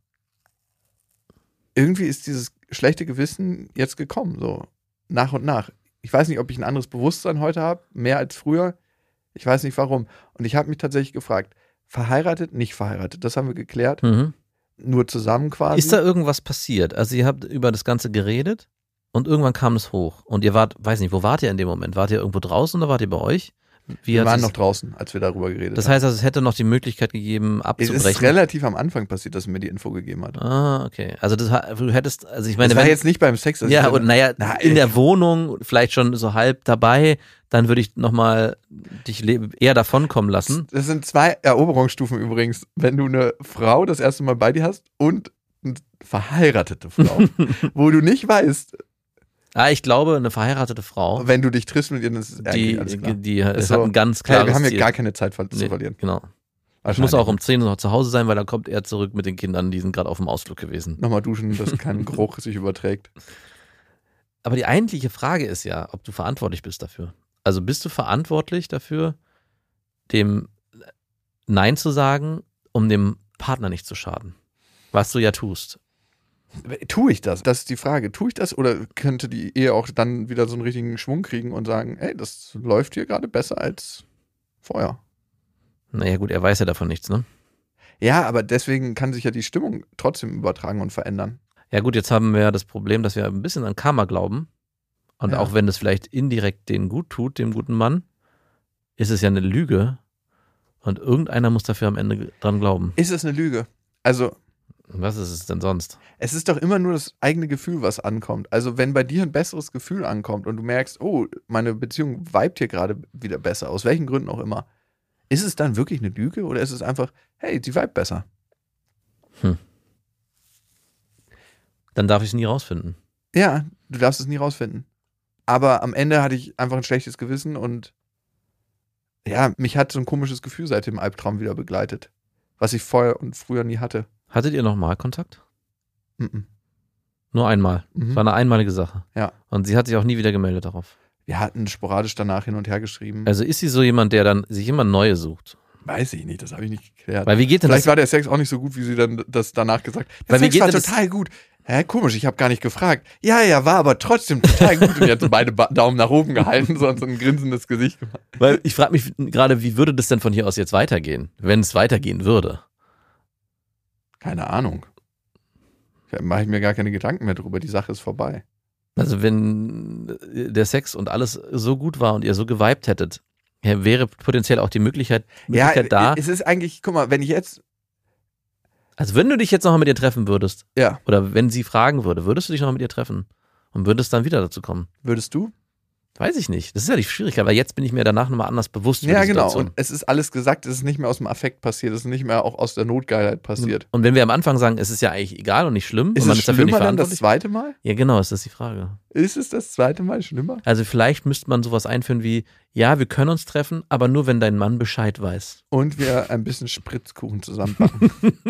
irgendwie ist dieses schlechte Gewissen jetzt gekommen, so nach und nach. Ich weiß nicht, ob ich ein anderes Bewusstsein heute habe, mehr als früher. Ich weiß nicht warum. Und ich habe mich tatsächlich gefragt, verheiratet, nicht verheiratet, das haben wir geklärt. Mhm. Nur zusammen quasi. Ist da irgendwas passiert? Also ihr habt über das Ganze geredet und irgendwann kam es hoch. Und ihr wart, weiß nicht, wo wart ihr in dem Moment? Wart ihr irgendwo draußen oder wart ihr bei euch? Wir waren noch draußen, als wir darüber geredet haben. Das heißt also, es hätte noch die Möglichkeit gegeben, abzubrechen. Es ist relativ am Anfang passiert, dass er mir die Info gegeben hat. Ah, okay. Also du hättest, also ich meine, das war jetzt nicht beim Sex. Ja, und in der Wohnung, vielleicht schon so halb dabei, dann würde ich nochmal dich eher davonkommen lassen. Das sind 2 Eroberungsstufen übrigens, wenn du eine Frau das erste Mal bei dir hast und eine verheiratete Frau, wo du nicht weißt. Ich glaube, eine verheiratete Frau. Wenn du dich triffst mit ihr, dann ist es eigentlich alles klar. Die hat ein ganz klares wir haben Ziel. hier gar keine Zeit zu verlieren. Genau. Ich muss auch um 10 Uhr noch zu Hause sein, weil dann kommt er zurück mit den Kindern, die sind gerade auf dem Ausflug gewesen. Nochmal duschen, dass kein Geruch sich überträgt. Aber die eigentliche Frage ist ja, ob du verantwortlich bist dafür. Also bist du verantwortlich dafür, dem Nein zu sagen, um dem Partner nicht zu schaden? Was du ja tust. Tue ich das? Das ist die Frage. Tue ich das oder könnte die Ehe auch dann wieder so einen richtigen Schwung kriegen und sagen, ey, das läuft hier gerade besser als vorher? Naja gut, er weiß ja davon nichts, ne? Ja, aber deswegen kann sich ja die Stimmung trotzdem übertragen und verändern. Ja gut, jetzt haben wir ja das Problem, dass wir ein bisschen an Karma glauben. Und auch wenn es vielleicht indirekt denen gut tut, dem guten Mann, ist es ja eine Lüge. Und irgendeiner muss dafür am Ende dran glauben. Ist es eine Lüge? Also was ist es denn sonst? Es ist doch immer nur das eigene Gefühl, was ankommt. Also wenn bei dir ein besseres Gefühl ankommt und du merkst, oh, meine Beziehung vibet hier gerade wieder besser, aus welchen Gründen auch immer, ist es dann wirklich eine Lüge oder ist es einfach, hey, die vibet besser? Dann darf ich es nie rausfinden. Ja, du darfst es nie rausfinden. Aber am Ende hatte ich einfach ein schlechtes Gewissen und ja, mich hat so ein komisches Gefühl seit dem Albtraum wieder begleitet, was ich vorher und früher nie hatte. Hattet ihr nochmal Kontakt? Mhm. Nur einmal. Es war eine einmalige Sache. Ja. Und sie hat sich auch nie wieder gemeldet darauf. Wir hatten sporadisch danach hin und her geschrieben. Also ist sie so jemand, der dann sich immer Neue sucht? Weiß ich nicht, das habe ich nicht geklärt. Weil wie geht denn Vielleicht das? war der Sex auch nicht so gut, wie sie dann das danach gesagt hat. Der Weil Sex wie war geht total gut. Komisch, ich habe gar nicht gefragt. Ja, war aber trotzdem total gut. Und die hat so beide Daumen nach oben gehalten, so ein grinsendes Gesicht gemacht. Weil ich frage mich gerade, wie würde das denn von hier aus jetzt weitergehen, wenn es weitergehen würde? Keine Ahnung. Da mache ich mir gar keine Gedanken mehr drüber. Die Sache ist vorbei. Also wenn der Sex und alles so gut war und ihr so geweibt hättet, wäre potenziell auch die Möglichkeit da. Es ist eigentlich, guck mal, wenn ich jetzt... Also wenn du dich jetzt noch mal mit ihr treffen würdest, ja, oder wenn sie fragen würde, würdest du dich noch mal mit ihr treffen? Und würde es dann wieder dazu kommen? Würdest du? Weiß ich nicht. Das ist ja die Schwierigkeit, weil jetzt bin ich mir danach nochmal anders bewusst. Ja, genau. Und es ist alles gesagt, es ist nicht mehr aus dem Affekt passiert, es ist nicht mehr auch aus der Notgeilheit passiert. Und wenn wir am Anfang sagen, es ist ja eigentlich egal und nicht schlimm. Ist und man es schlimmer dann das zweite Mal? Ja, genau, ist das die Frage. Ist es das zweite Mal schlimmer? Also vielleicht müsste man sowas einführen wie, ja, wir können uns treffen, aber nur, wenn dein Mann Bescheid weiß. Und wir ein bisschen Spritzkuchen zusammenbacken.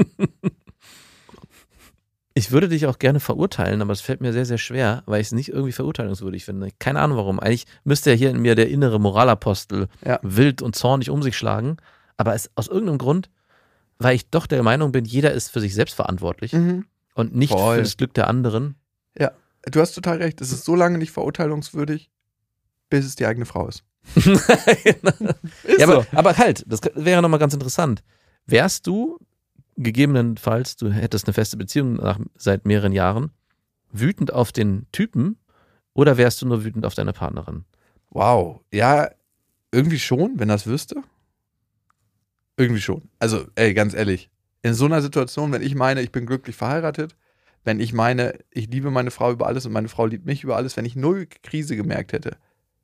Ich würde dich auch gerne verurteilen, aber es fällt mir sehr, sehr schwer, weil ich es nicht irgendwie verurteilungswürdig finde. Keine Ahnung warum. Eigentlich müsste ja hier in mir der innere Moralapostel wild und zornig um sich schlagen. Aber aus irgendeinem Grund, weil ich doch der Meinung bin, jeder ist für sich selbst verantwortlich und nicht für das Glück der anderen. Ja, du hast total recht. Es ist so lange nicht verurteilungswürdig, bis es die eigene Frau ist. Ja, aber halt, das wäre nochmal ganz interessant. Wärst du gegebenenfalls, du hättest eine feste Beziehung seit mehreren Jahren, wütend auf den Typen, Oder wärst du nur wütend auf deine Partnerin? Wow. Ja, irgendwie schon, wenn das wüsste. Irgendwie schon. Also, ganz ehrlich. In so einer Situation, wenn ich meine, ich bin glücklich verheiratet, wenn ich meine, ich liebe meine Frau über alles und meine Frau liebt mich über alles, wenn ich null Krise gemerkt hätte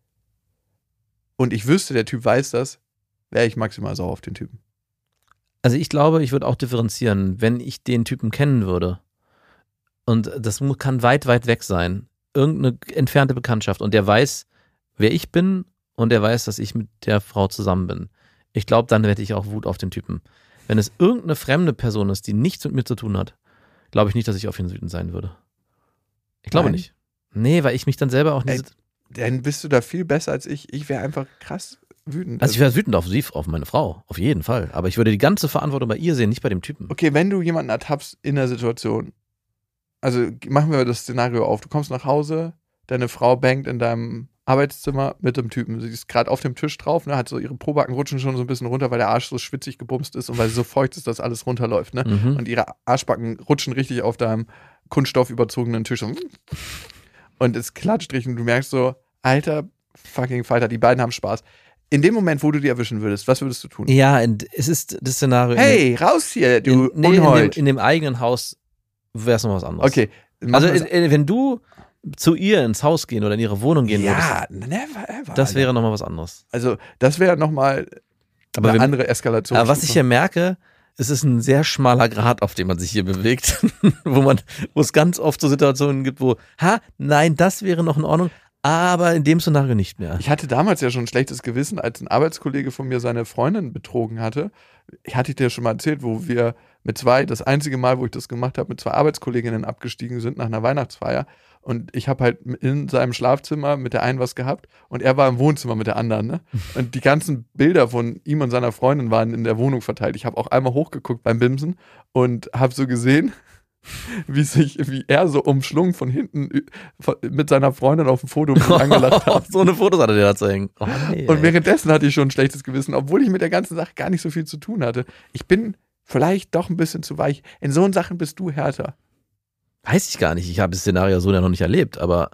und ich wüsste, der Typ weiß das, wäre ich maximal sauer auf den Typen. Also ich glaube, ich würde auch differenzieren, wenn ich den Typen kennen würde. Und das kann weit, weit weg sein. Irgendeine entfernte Bekanntschaft. Und der weiß, wer ich bin und der weiß, dass ich mit der Frau zusammen bin. Ich glaube, dann hätte ich auch Wut auf den Typen. Wenn es irgendeine fremde Person ist, die nichts mit mir zu tun hat, glaube ich nicht, dass ich auf ihn wütend sein würde. Ich glaube nicht. Nee, weil ich mich dann selber auch nicht... Dann bist du da viel besser als ich. Ich wäre einfach krass wütend. Also ich wäre wütend auf sie, auf meine Frau. Auf jeden Fall. Aber ich würde die ganze Verantwortung bei ihr sehen, nicht bei dem Typen. Okay, wenn du jemanden ertappst in der Situation, also machen wir das Szenario auf, du kommst nach Hause, deine Frau bangt in deinem Arbeitszimmer mit dem Typen. Sie ist gerade auf dem Tisch drauf, ne, hat so ihre Probacken rutschen schon so ein bisschen runter, weil der Arsch so schwitzig gebumst ist und weil sie so feucht ist, dass alles runterläuft. Ne? Und ihre Arschbacken rutschen richtig auf deinem kunststoffüberzogenen Tisch. Und es klatscht richtig und du merkst so, alter fucking Falter, die beiden haben Spaß. In dem Moment, wo du die erwischen würdest, was würdest du tun? Ja, es ist das Szenario. Hey, raus hier, du Unhold. In dem eigenen Haus wäre es noch was anderes. Okay. Also wenn du zu ihr ins Haus gehen oder in ihre Wohnung gehen würdest, never ever. das wäre nochmal was anderes. Also das wäre nochmal eine andere Eskalation. Aber was ich hier merke, es ist ein sehr schmaler Grat, auf dem man sich hier bewegt, wo es ganz oft so Situationen gibt, wo, nein, das wäre noch in Ordnung, aber in dem Szenario nicht mehr. Ich hatte damals ja schon ein schlechtes Gewissen, als ein Arbeitskollege von mir seine Freundin betrogen hatte. Ich hatte dir schon mal erzählt, wo wir das einzige Mal, wo ich das gemacht habe, mit 2 Arbeitskolleginnen abgestiegen sind nach einer Weihnachtsfeier. Und ich habe halt in seinem Schlafzimmer mit der einen was gehabt und er war im Wohnzimmer mit der anderen. Ne? Und die ganzen Bilder von ihm und seiner Freundin waren in der Wohnung verteilt. Ich habe auch einmal hochgeguckt beim Bimsen und habe so gesehen, wie er so umschlungen von hinten mit seiner Freundin auf dem Foto angelacht hat. So eine Fotos hatte der da zu hängen. Und währenddessen hatte ich schon ein schlechtes Gewissen, obwohl ich mit der ganzen Sache gar nicht so viel zu tun hatte. Ich bin vielleicht doch ein bisschen zu weich. In so Sachen bist du härter. Weiß ich gar nicht. Ich habe das Szenario so ja noch nicht erlebt, aber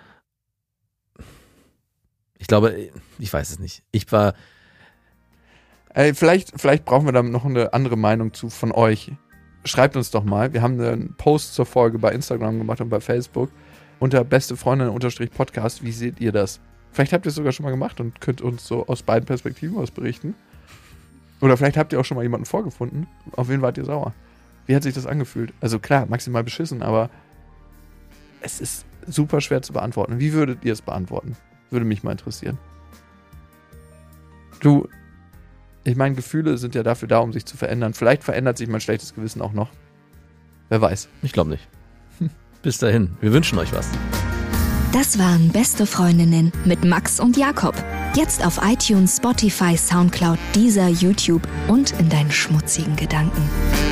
ich glaube, ich weiß es nicht. Vielleicht brauchen wir da noch eine andere Meinung von euch. Schreibt uns doch mal. Wir haben einen Post zur Folge bei Instagram gemacht und bei Facebook unter bestefreundin_podcast. Wie seht ihr das? Vielleicht habt ihr es sogar schon mal gemacht und könnt uns so aus beiden Perspektiven was berichten. Oder vielleicht habt ihr auch schon mal jemanden vorgefunden. Auf wen wart ihr sauer? Wie hat sich das angefühlt? Also klar, maximal beschissen, aber es ist super schwer zu beantworten. Wie würdet ihr es beantworten? Würde mich mal interessieren. Ich meine, Gefühle sind ja dafür da, um sich zu verändern. Vielleicht verändert sich mein schlechtes Gewissen auch noch. Wer weiß. Ich glaube nicht. Bis dahin. Wir wünschen euch was. Das waren Beste Freundinnen mit Max und Jakob. Jetzt auf iTunes, Spotify, Soundcloud, Deezer, YouTube und in deinen schmutzigen Gedanken.